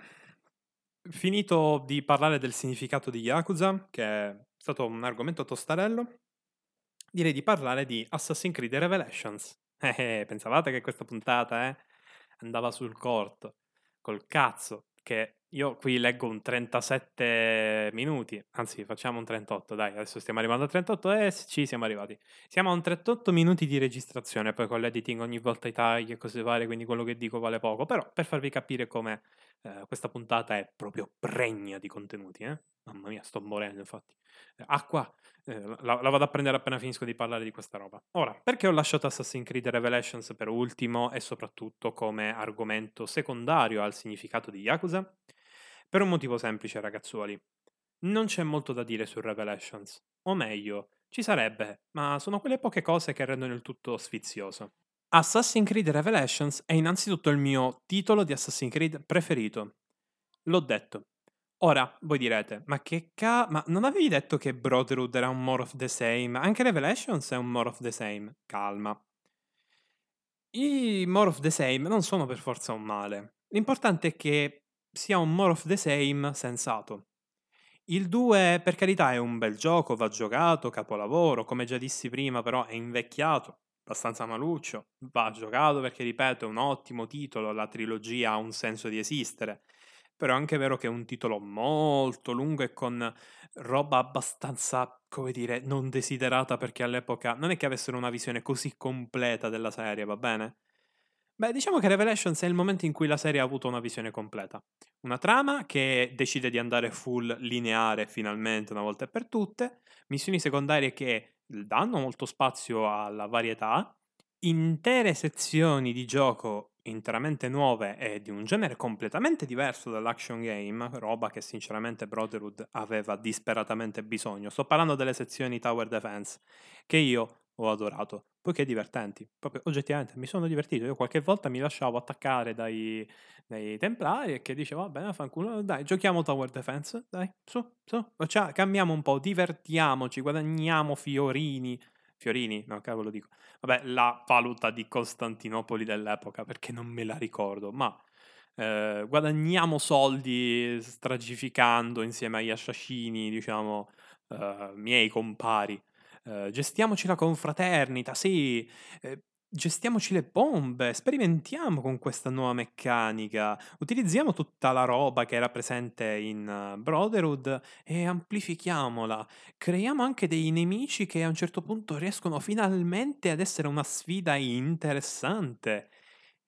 finito di parlare del significato di Yakuza, che è stato un argomento tostarello, direi di parlare di Assassin's Creed Revelations. Eh, eh, pensavate che questa puntata, eh, andava sul corto, col cazzo, che io qui leggo un trentasette minuti, anzi facciamo un trentotto, dai, adesso stiamo arrivando a trentotto e ci siamo arrivati. Siamo a un trentotto minuti di registrazione, poi con l'editing ogni volta i tagli e cose varie, quindi quello che dico vale poco, però per farvi capire come eh, questa puntata è proprio pregna di contenuti, eh? Mamma mia, sto morendo infatti. Eh, acqua, eh, la, la vado a prendere appena finisco di parlare di questa roba. Ora, perché ho lasciato Assassin's Creed Revelations per ultimo e soprattutto come argomento secondario al significato di Yakuza? Per un motivo semplice, ragazzuoli. Non c'è molto da dire su Revelations. O meglio, ci sarebbe, ma sono quelle poche cose che rendono il tutto sfizioso. Assassin's Creed Revelations è innanzitutto il mio titolo di Assassin's Creed preferito. L'ho detto. Ora, voi direte, ma che ca... ma non avevi detto che Brotherhood era un more of the same? Anche Revelations è un more of the same. Calma. I more of the same non sono per forza un male. L'importante è che sia un more of the same sensato. Il due, per carità, è un bel gioco, va giocato, capolavoro, come già dissi prima, però è invecchiato, abbastanza maluccio, va giocato perché, ripeto, è un ottimo titolo, la trilogia ha un senso di esistere, però è anche vero che è un titolo molto lungo e con roba abbastanza, come dire, non desiderata perché all'epoca non è che avessero una visione così completa della serie, va bene? Beh, diciamo che Revelations è il momento in cui la serie ha avuto una visione completa. Una trama che decide di andare full lineare finalmente una volta e per tutte, missioni secondarie che danno molto spazio alla varietà, intere sezioni di gioco interamente nuove e di un genere completamente diverso dall'action game, roba che sinceramente Brotherhood aveva disperatamente bisogno. Sto parlando delle sezioni Tower Defense, che io ho adorato, poiché divertenti, proprio oggettivamente mi sono divertito. Io qualche volta mi lasciavo attaccare dai, dai templari e che dicevo, va bene, fanculo, dai, giochiamo Tower Defense, dai, su, su, faccia- cambiamo un po', divertiamoci, guadagniamo fiorini. Fiorini? No, cavolo dico. Vabbè, la valuta di Costantinopoli dell'epoca, perché non me la ricordo, ma eh, guadagniamo soldi stragificando insieme agli assassini, diciamo, eh, miei compari. Eh, gestiamoci la confraternita, sì, eh, gestiamoci le bombe, sperimentiamo con questa nuova meccanica, utilizziamo tutta la roba che era presente in uh, Brotherhood e amplifichiamola. Creiamo anche dei nemici che a un certo punto riescono finalmente ad essere una sfida interessante.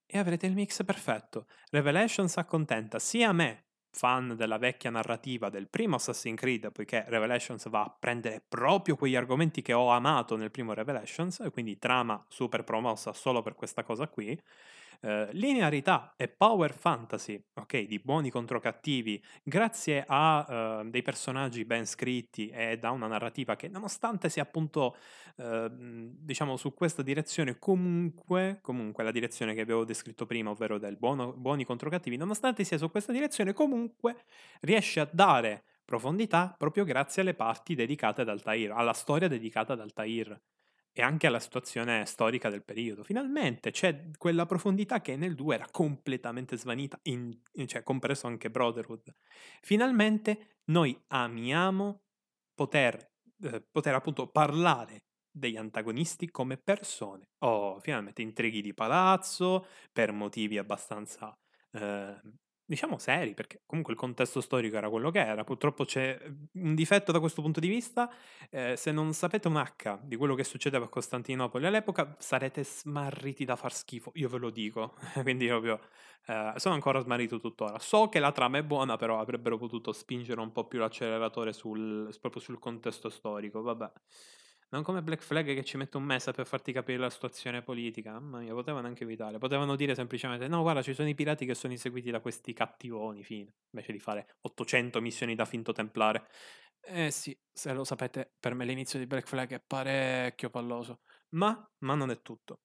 e avrete il mix perfetto. Revelations accontenta sia me, fan della vecchia narrativa del primo Assassin's Creed, poiché Revelations va a prendere proprio quegli argomenti che ho amato nel primo Revelations, e quindi trama super promossa solo per questa cosa qui. Eh, linearità e power fantasy, ok, di buoni contro cattivi, grazie a eh, dei personaggi ben scritti e da una narrativa che, nonostante sia appunto eh, diciamo su questa direzione, comunque, comunque la direzione che avevo descritto prima, ovvero del buono, buoni contro cattivi, nonostante sia su questa direzione, comunque riesce a dare profondità proprio grazie alle parti dedicate ad Altair, alla storia dedicata ad Altair e anche alla situazione storica del periodo. Finalmente c'è quella profondità che nel due era completamente svanita, in, cioè compreso anche Brotherhood. Finalmente noi amiamo poter, eh, poter appunto parlare degli antagonisti come persone. Oh, finalmente intrighi di palazzo, per motivi abbastanza, eh, diciamo, seri, perché comunque il contesto storico era quello che era. Purtroppo c'è un difetto da questo punto di vista. Eh, se non sapete un H di quello che succedeva a Costantinopoli all'epoca, sarete smarriti da far schifo, io ve lo dico. Quindi proprio eh, sono ancora smarrito tuttora. So che la trama è buona, però avrebbero potuto spingere un po' più l'acceleratore sul, proprio sul contesto storico. Vabbè. Non come Black Flag che ci mette un mese per farti capire la situazione politica. Mamma mia, potevano anche evitare. Potevano dire semplicemente: no, guarda, ci sono i pirati che sono inseguiti da questi cattivoni. Fine. Invece di fare ottocento missioni da finto templare. Eh sì, se lo sapete, per me l'inizio di Black Flag è parecchio palloso. Ma, ma non è tutto.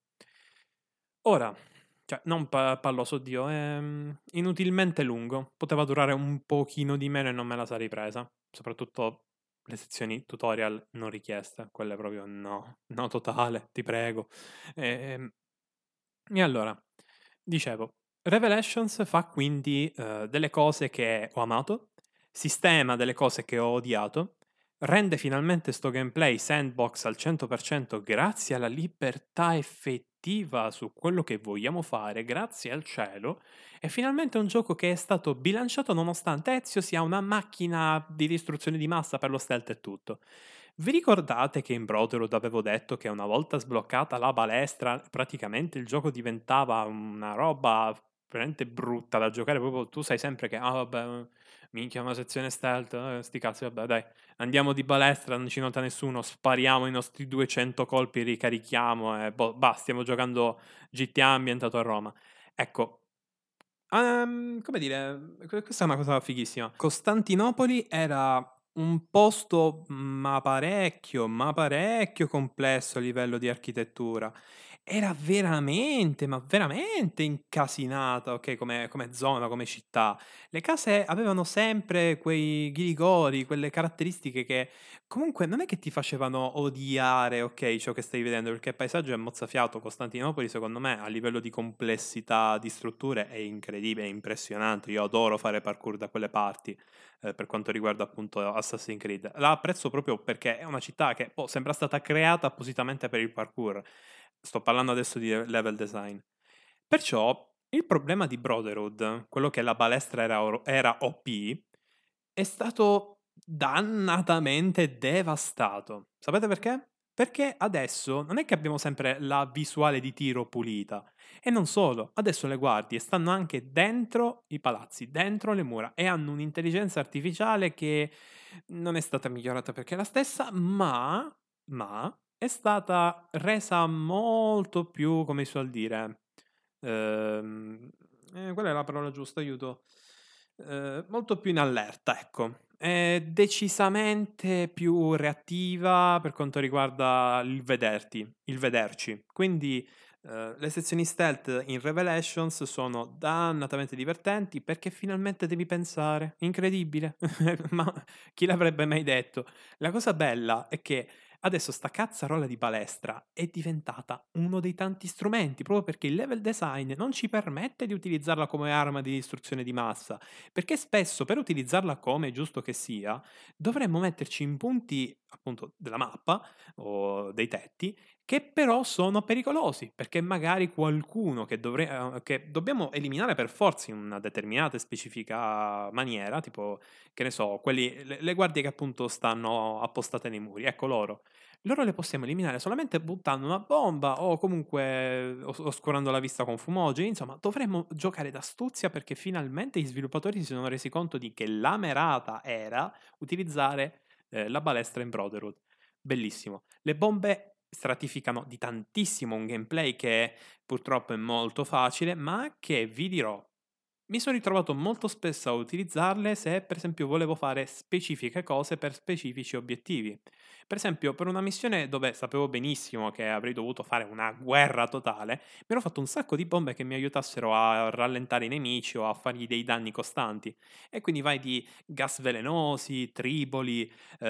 Ora, cioè, non pa- palloso, oddio, è mm, inutilmente lungo. Poteva durare un pochino di meno e non me la sarei presa. Soprattutto le sezioni tutorial non richieste. Quelle proprio no, no totale, ti prego. Ehm, E, allora, dicevo, Revelations fa quindi eh, delle cose che ho amato, sistema delle cose che ho odiato, rende finalmente sto gameplay sandbox al cento per cento grazie alla libertà effettiva su quello che vogliamo fare, grazie al cielo, e finalmente un gioco che è stato bilanciato nonostante Ezio sia una macchina di distruzione di massa per lo stealth e tutto. Vi ricordate che in Brotherhood avevo detto che una volta sbloccata la balestra, praticamente il gioco diventava una roba veramente brutta da giocare, proprio tu sai sempre che, ah vabbè, minchia, una sezione stealth, eh, sti cazzi, vabbè dai, andiamo di balestra, non ci nota nessuno, spariamo i nostri duecento colpi, ricarichiamo e boh, bah, stiamo giocando G T A ambientato a Roma. Ecco, Ehm, come dire, que questa è una cosa fighissima. Costantinopoli era un posto, ma parecchio, ma parecchio complesso a livello di architettura. Era veramente, ma veramente incasinata, okay, come come zona, come città. Le case avevano sempre quei ghirigori, quelle caratteristiche che comunque non è che ti facevano odiare, okay, ciò che stai vedendo, perché il paesaggio è mozzafiato. Costantinopoli, secondo me, a livello di complessità di strutture è incredibile, è impressionante. Io adoro fare parkour da quelle parti, eh, per quanto riguarda appunto Assassin's Creed. La apprezzo proprio perché è una città che boh, sembra stata creata appositamente per il parkour. Sto parlando adesso di level design. Perciò il problema di Brotherhood, quello che la balestra era, oro- era O P, è stato dannatamente devastato. Sapete perché? Perché adesso non è che abbiamo sempre la visuale di tiro pulita. E non solo, adesso le guardie stanno anche dentro i palazzi, dentro le mura e hanno un'intelligenza artificiale che non è stata migliorata perché è la stessa, ma, ma è stata resa molto più, come si suol dire, ehm, eh, qual è la parola giusta? Aiuto. Eh, molto più in allerta, ecco. È decisamente più reattiva per quanto riguarda il vederti, il vederci. Quindi eh, le sezioni stealth in Revelations sono dannatamente divertenti perché finalmente devi pensare. Incredibile, ma chi l'avrebbe mai detto? La cosa bella è che adesso sta cazzarola di balestra è diventata uno dei tanti strumenti, proprio perché il level design non ci permette di utilizzarla come arma di distruzione di massa, perché spesso per utilizzarla come è giusto che sia, dovremmo metterci in punti appunto della mappa o dei tetti che però sono pericolosi, perché magari qualcuno che, dovre- eh, che dobbiamo eliminare per forza in una determinata e specifica maniera, tipo, che ne so, quelli, le, le guardie che appunto stanno appostate nei muri, ecco loro. loro le possiamo eliminare solamente buttando una bomba o comunque os- oscurando la vista con fumogeni. Insomma, dovremmo giocare d'astuzia perché finalmente gli sviluppatori si sono resi conto di che la merata era utilizzare eh, la balestra in Brotherhood. Bellissimo. Le bombe stratificano di tantissimo un gameplay che purtroppo è molto facile, ma che vi dirò, mi sono ritrovato molto spesso a utilizzarle se per esempio volevo fare specifiche cose per specifici obiettivi. Per esempio, per una missione dove sapevo benissimo che avrei dovuto fare una guerra totale, mi ero fatto un sacco di bombe che mi aiutassero a rallentare i nemici o a fargli dei danni costanti. E quindi vai di gas velenosi, triboli,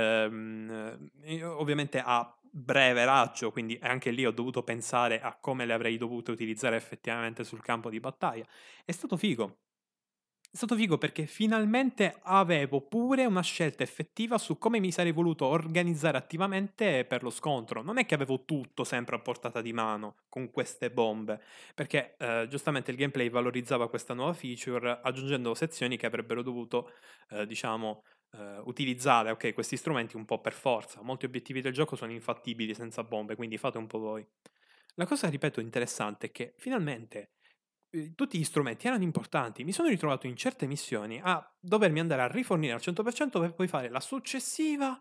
ehm, e ovviamente a breve raggio, quindi anche lì ho dovuto pensare a come le avrei dovute utilizzare effettivamente sul campo di battaglia. È stato figo. È stato figo perché finalmente avevo pure una scelta effettiva su come mi sarei voluto organizzare attivamente per lo scontro. Non è che avevo tutto sempre a portata di mano con queste bombe, perché eh, giustamente il gameplay valorizzava questa nuova feature aggiungendo sezioni che avrebbero dovuto, eh, diciamo, eh, utilizzare, ok, questi strumenti un po' per forza. Molti obiettivi del gioco sono infattibili senza bombe, quindi fate un po' voi. La cosa, ripeto, interessante è che finalmente eh, tutti gli strumenti erano importanti. Mi sono ritrovato in certe missioni a dovermi andare a rifornire al cento per cento per poi fare la successiva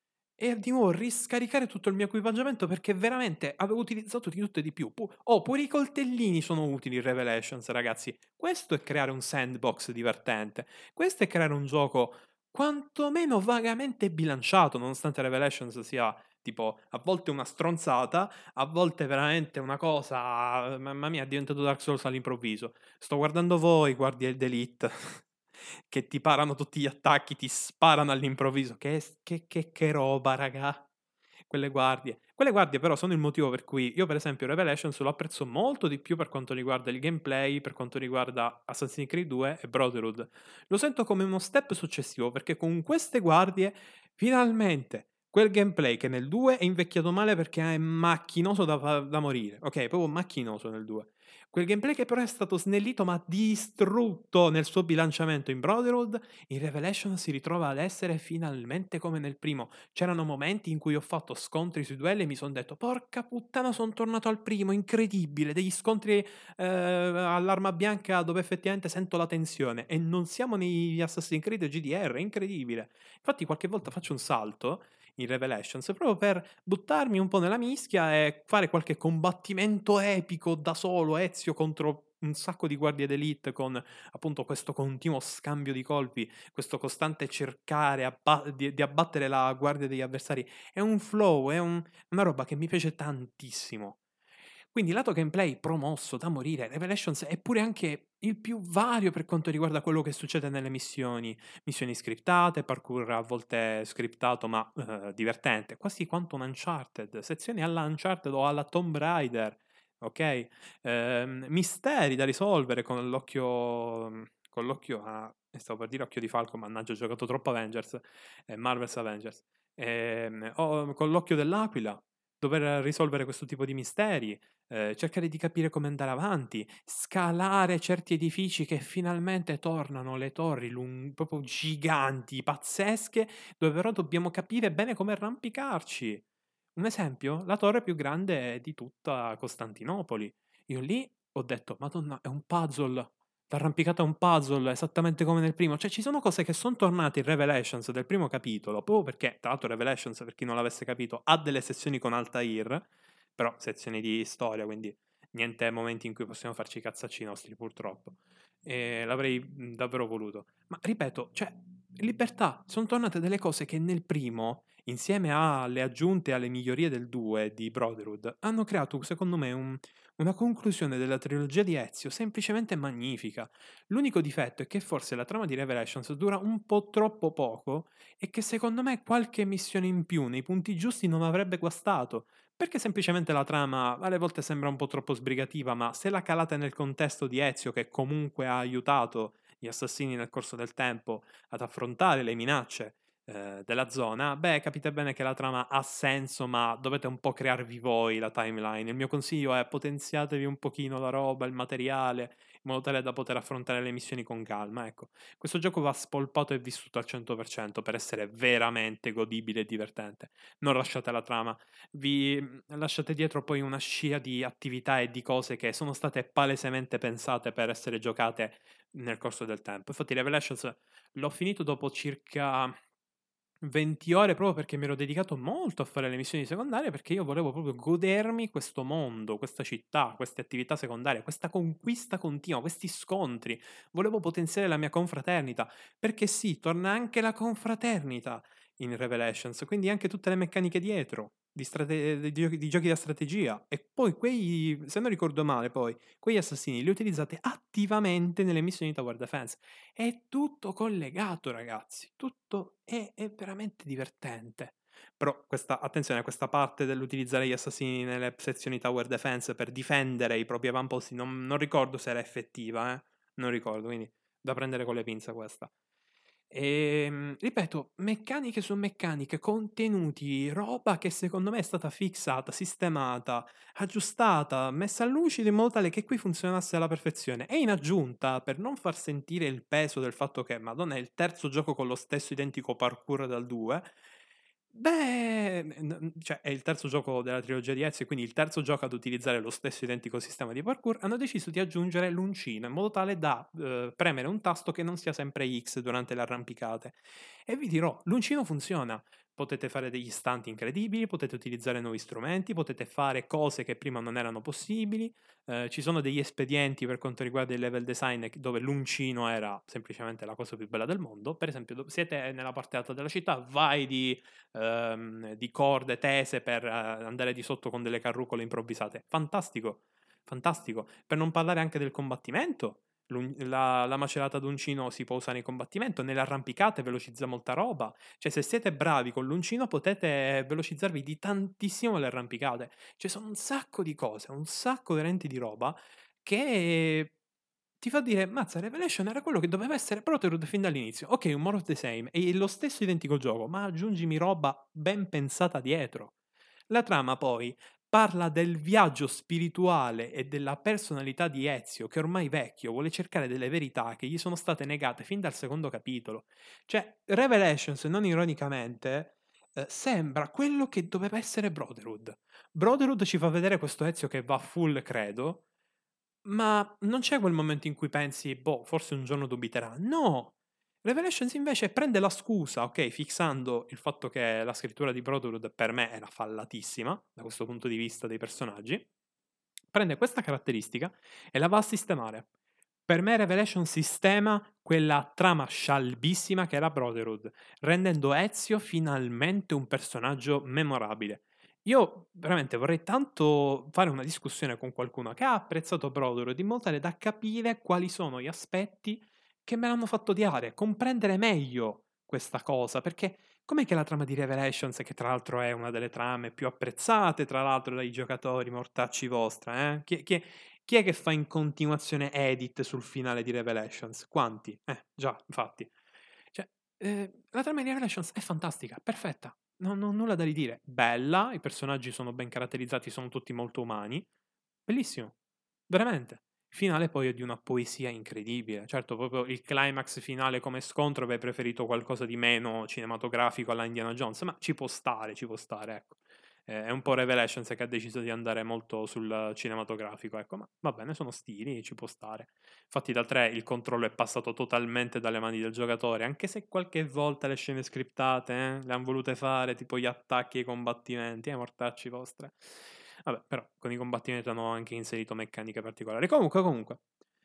e di nuovo riscaricare tutto il mio equipaggiamento perché veramente avevo utilizzato di tutto e di più. Pu- oh, pure i coltellini sono utili in Revelations, ragazzi. Questo è creare un sandbox divertente. Questo è creare un gioco quantomeno vagamente bilanciato, nonostante Revelations sia tipo a volte una stronzata, a volte veramente una cosa, mamma mia, è diventato Dark Souls all'improvviso. Sto guardando voi, guardie d'Elite, che ti parano tutti gli attacchi, ti sparano all'improvviso. Che, che, che, che roba, raga. Quelle guardie. Quelle guardie però sono il motivo per cui io per esempio Revelations lo apprezzo molto di più per quanto riguarda il gameplay, per quanto riguarda Assassin's Creed due e Brotherhood. Lo sento come uno step successivo perché con queste guardie finalmente quel gameplay che nel due è invecchiato male perché è macchinoso da, da morire, ok? Proprio macchinoso nel due. Quel gameplay che però è stato snellito ma distrutto nel suo bilanciamento in Brotherhood, in Revelation si ritrova ad essere finalmente come nel primo. C'erano momenti in cui ho fatto scontri sui duelli e mi sono detto porca puttana sono tornato al primo, incredibile, degli scontri eh, all'arma bianca dove effettivamente sento la tensione e non siamo negli Assassin's Creed G D R, è incredibile. Infatti qualche volta faccio un salto in Revelations proprio per buttarmi un po' nella mischia e fare qualche combattimento epico da solo, Ezio contro un sacco di guardie d'elite con appunto questo continuo scambio di colpi, questo costante cercare abba- di, di abbattere la guardia degli avversari. È un flow, è un- una roba che mi piace tantissimo. Quindi lato gameplay promosso da morire, Revelations è pure anche il più vario per quanto riguarda quello che succede nelle missioni. Missioni scriptate, parkour a volte scriptato ma eh, divertente, quasi quanto un Uncharted, sezioni alla Uncharted o alla Tomb Raider, ok? Ehm, misteri da risolvere con l'occhio, con l'occhio a, stavo per dire occhio di falco, mannaggia ho giocato troppo Avengers, eh, Marvel's Avengers, Ehm, o con l'occhio dell'aquila, dover risolvere questo tipo di misteri, eh, cercare di capire come andare avanti, scalare certi edifici che finalmente tornano, le torri lung- proprio giganti, pazzesche, dove però dobbiamo capire bene come arrampicarci. Un esempio, la torre più grande di tutta Costantinopoli. Io lì ho detto, Madonna, è un puzzle. L'arrampicata è un puzzle, esattamente come nel primo. Cioè, ci sono cose che sono tornate in Revelations del primo capitolo, proprio perché, tra l'altro, Revelations, per chi non l'avesse capito, ha delle sezioni con Altair, però sezioni di storia, quindi niente momenti in cui possiamo farci i cazzacci nostri, purtroppo. E l'avrei mh, davvero voluto. Ma ripeto, cioè, libertà, sono tornate delle cose che nel primo, insieme alle aggiunte e alle migliorie del due di Brotherhood, hanno creato, secondo me, un, una conclusione della trilogia di Ezio semplicemente magnifica. L'unico difetto è che forse la trama di Revelations dura un po' troppo poco e che secondo me qualche missione in più nei punti giusti non avrebbe guastato. Perché semplicemente la trama alle volte sembra un po' troppo sbrigativa, ma se la calate nel contesto di Ezio, che comunque ha aiutato gli assassini nel corso del tempo ad affrontare le minacce eh, della zona, beh, capite bene che la trama ha senso, ma dovete un po' crearvi voi la timeline. Il mio consiglio è potenziatevi un pochino la roba, il materiale, in modo tale da poter affrontare le missioni con calma. Ecco, questo gioco va spolpato e vissuto al cento per cento per essere veramente godibile e divertente. Non lasciate la trama, vi mm, lasciate dietro poi una scia di attività e di cose che sono state palesemente pensate per essere giocate nel corso del tempo. Infatti Revelations l'ho finito dopo circa venti ore proprio perché mi ero dedicato molto a fare le missioni secondarie, perché io volevo proprio godermi questo mondo, questa città, queste attività secondarie, questa conquista continua, questi scontri. Volevo potenziare la mia confraternita, perché sì, torna anche la confraternita in Revelations, quindi anche tutte le meccaniche dietro. Di, strate- di giochi, di giochi da strategia e poi quei, se non ricordo male, poi quegli assassini li utilizzate attivamente nelle missioni di Tower Defense. È tutto collegato, ragazzi. Tutto è, è veramente divertente. Però questa, attenzione, questa parte dell'utilizzare gli assassini nelle sezioni Tower Defense per difendere i propri avamposti, non, non ricordo se era effettiva, eh? Non ricordo, quindi da prendere con le pinze questa. E, ripeto, meccaniche su meccaniche, contenuti, roba che secondo me è stata fissata, sistemata, aggiustata, messa a lucido in modo tale che qui funzionasse alla perfezione. E in aggiunta, per non far sentire il peso del fatto che, madonna, è il terzo gioco con lo stesso identico parkour dal due, beh, n- cioè è il terzo gioco della trilogia di Ezio, quindi il terzo gioco ad utilizzare lo stesso identico sistema di parkour, hanno deciso di aggiungere l'uncino in modo tale da eh, premere un tasto che non sia sempre X durante le arrampicate. E vi dirò, l'uncino funziona. Potete fare degli stunt incredibili, potete utilizzare nuovi strumenti, potete fare cose che prima non erano possibili. Eh, ci sono degli espedienti per quanto riguarda il level design dove l'uncino era semplicemente la cosa più bella del mondo. Per esempio, siete nella parte alta della città, vai di ehm, di corde tese per eh, andare di sotto con delle carrucole improvvisate. Fantastico, fantastico. Per non parlare anche del combattimento. L'un- La, la macerata d'uncino si può usare in combattimento, nelle arrampicate velocizza molta roba. Cioè, se siete bravi con l'uncino, potete velocizzarvi di tantissimo le arrampicate. Cioè, sono un sacco di cose, un sacco veramente di roba che ti fa dire, mazza, Revelation era quello che doveva essere Brotherhood fin dall'inizio. Ok, un more of the same, è lo stesso identico gioco, ma aggiungimi roba ben pensata dietro. La trama poi parla del viaggio spirituale e della personalità di Ezio, che ormai vecchio vuole cercare delle verità che gli sono state negate fin dal secondo capitolo. Cioè, Revelations, non ironicamente, eh, sembra quello che doveva essere Brotherhood. Brotherhood ci fa vedere questo Ezio che va full credo, ma non c'è quel momento in cui pensi, boh, forse un giorno dubiterà. No! Revelations invece prende la scusa, ok, fissando il fatto che la scrittura di Brotherhood per me era fallatissima, da questo punto di vista dei personaggi, prende questa caratteristica e la va a sistemare. Per me Revelation sistema quella trama scialbissima che era Brotherhood, rendendo Ezio finalmente un personaggio memorabile. Io veramente vorrei tanto fare una discussione con qualcuno che ha apprezzato Brotherhood in modo tale da capire quali sono gli aspetti che me l'hanno fatto odiare, comprendere meglio questa cosa, perché com'è che la trama di Revelations, che tra l'altro è una delle trame più apprezzate, tra l'altro dai giocatori mortacci vostra, eh? Chi, chi- chi è che fa in continuazione edit sul finale di Revelations? Quanti? Eh, già, infatti. Cioè, eh, la trama di Revelations è fantastica, perfetta, non ho nulla da ridire. Bella, i personaggi sono ben caratterizzati, sono tutti molto umani. Bellissimo, veramente. Il finale poi è di una poesia incredibile. Certo, proprio il climax finale come scontro avrei preferito qualcosa di meno cinematografico alla Indiana Jones, ma ci può stare, ci può stare, ecco. Eh, è un po' Revelations che ha deciso di andare molto sul cinematografico, ecco, ma va bene, sono stili, ci può stare. Infatti dal tre il controllo è passato totalmente dalle mani del giocatore, anche se qualche volta le scene scriptate eh, le hanno volute fare, tipo gli attacchi ai combattimenti, eh, mortacci vostre. Vabbè, però con i combattimenti hanno anche inserito meccaniche particolari. Comunque, comunque.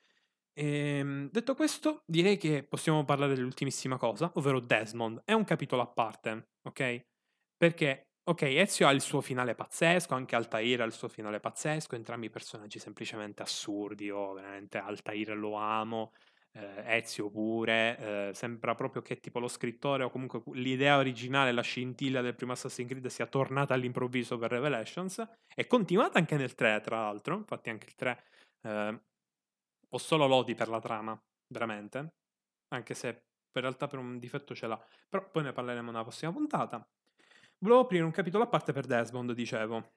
Ehm, detto questo, direi che possiamo parlare dell'ultimissima cosa, ovvero Desmond. È un capitolo a parte, ok? Perché, ok, Ezio ha il suo finale pazzesco, anche Altair ha il suo finale pazzesco, entrambi i personaggi semplicemente assurdi, io veramente Altair lo amo, eh, Ezio pure, eh, sembra proprio che tipo lo scrittore o comunque l'idea originale, la scintilla del primo Assassin's Creed sia tornata all'improvviso per Revelations, è continuata anche nel tre tra l'altro, infatti anche il tre eh, ho solo lodi per la trama, veramente, anche se in realtà per un difetto ce l'ha, però poi ne parleremo nella prossima puntata. Volevo aprire un capitolo a parte per Desmond, dicevo.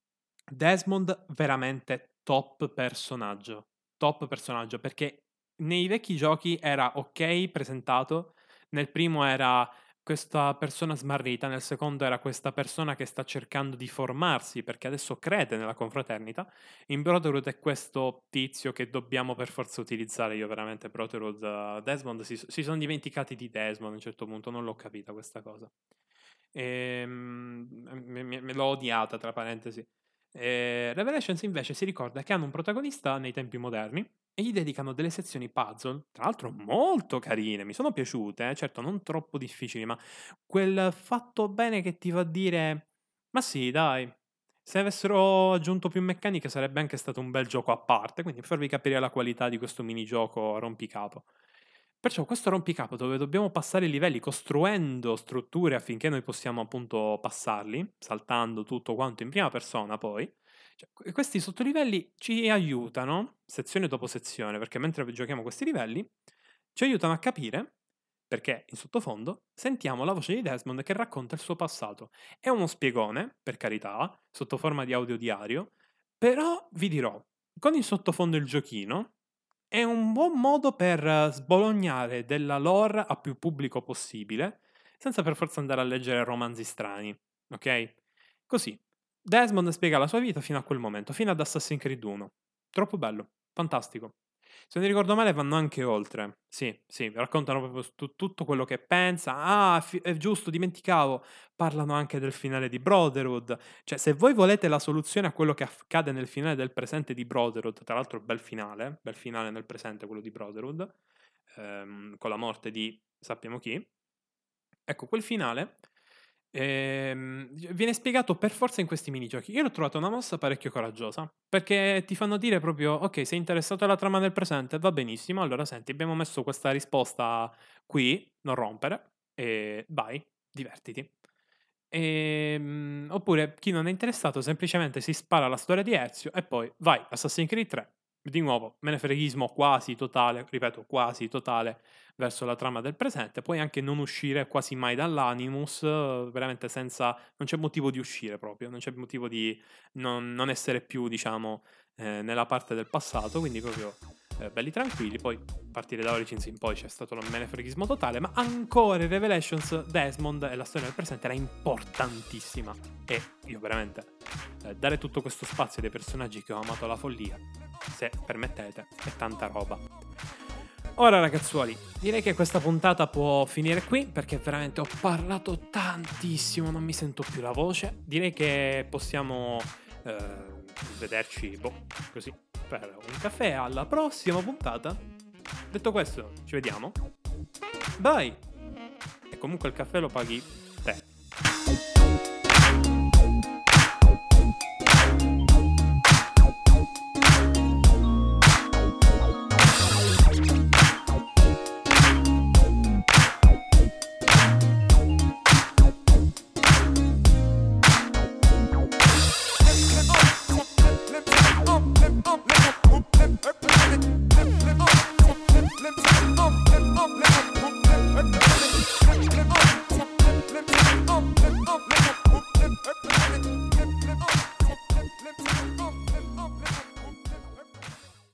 Desmond veramente top personaggio, top personaggio, perché nei vecchi giochi era ok presentato, nel primo era questa persona smarrita, nel secondo era questa persona che sta cercando di formarsi perché adesso crede nella confraternita, in Brotherhood è questo tizio che dobbiamo per forza utilizzare. Io veramente Brotherhood, uh, Desmond si, si sono dimenticati di Desmond a un certo punto, non l'ho capita questa cosa. E, me, me, me l'ho odiata, tra parentesi. E Revelations invece si ricorda che hanno un protagonista nei tempi moderni e gli dedicano delle sezioni puzzle, tra l'altro molto carine, mi sono piaciute, eh? Certo non troppo difficili, ma quel fatto bene che ti fa dire, ma sì dai, se avessero aggiunto più meccaniche sarebbe anche stato un bel gioco a parte, quindi per farvi capire la qualità di questo minigioco rompicapo. Perciò questo rompicapo dove dobbiamo passare i livelli costruendo strutture affinché noi possiamo appunto passarli, saltando tutto quanto in prima persona poi, cioè, questi sottolivelli ci aiutano, sezione dopo sezione, perché mentre giochiamo questi livelli, ci aiutano a capire perché in sottofondo sentiamo la voce di Desmond che racconta il suo passato. È uno spiegone, per carità, sotto forma di audiodiario, però vi dirò, con in sottofondo il giochino, è un buon modo per sbolognare della lore a più pubblico possibile, senza per forza andare a leggere romanzi strani, ok? Così, Desmond spiega la sua vita fino a quel momento, fino ad Assassin's Creed uno. Troppo bello, fantastico. Se non ricordo male vanno anche oltre. Sì, sì, raccontano proprio tu- tutto quello che pensa. Ah, fi- è giusto, dimenticavo. Parlano anche del finale di Brotherhood. Cioè, se voi volete la soluzione a quello che accade nel finale del presente di Brotherhood, tra l'altro bel finale, bel finale nel presente quello di Brotherhood, ehm, con la morte di sappiamo chi. Ecco, quel finale ehm, viene spiegato per forza in questi minigiochi. Io l'ho trovata una mossa parecchio coraggiosa, perché ti fanno dire proprio, ok, sei interessato alla trama del presente, va benissimo, allora senti, abbiamo messo questa risposta qui, non rompere, e vai, divertiti. Ehm, oppure chi non è interessato semplicemente si spara la storia di Ezio e poi vai, Assassin's Creed tre. Di nuovo, menefreghismo quasi totale, ripeto, quasi totale verso la trama del presente. Puoi anche non uscire quasi mai dall'Animus, eh, veramente senza... non c'è motivo di uscire proprio, non c'è motivo di non, non essere più, diciamo, eh, nella parte del passato, quindi proprio eh, belli tranquilli. Poi a partire da Origins in poi c'è stato il menefreghismo totale, ma ancora in Revelations Desmond e la storia del presente era importantissima. E io veramente eh, dare tutto questo spazio ai personaggi che ho amato alla follia, se permettete, è tanta roba. Ora ragazzuoli, direi che questa puntata può finire qui perché veramente ho parlato tantissimo, non mi sento più la voce. Direi che possiamo eh, vederci, boh, così, per un caffè alla prossima puntata. Detto questo, ci vediamo. Bye! E comunque il caffè lo paghi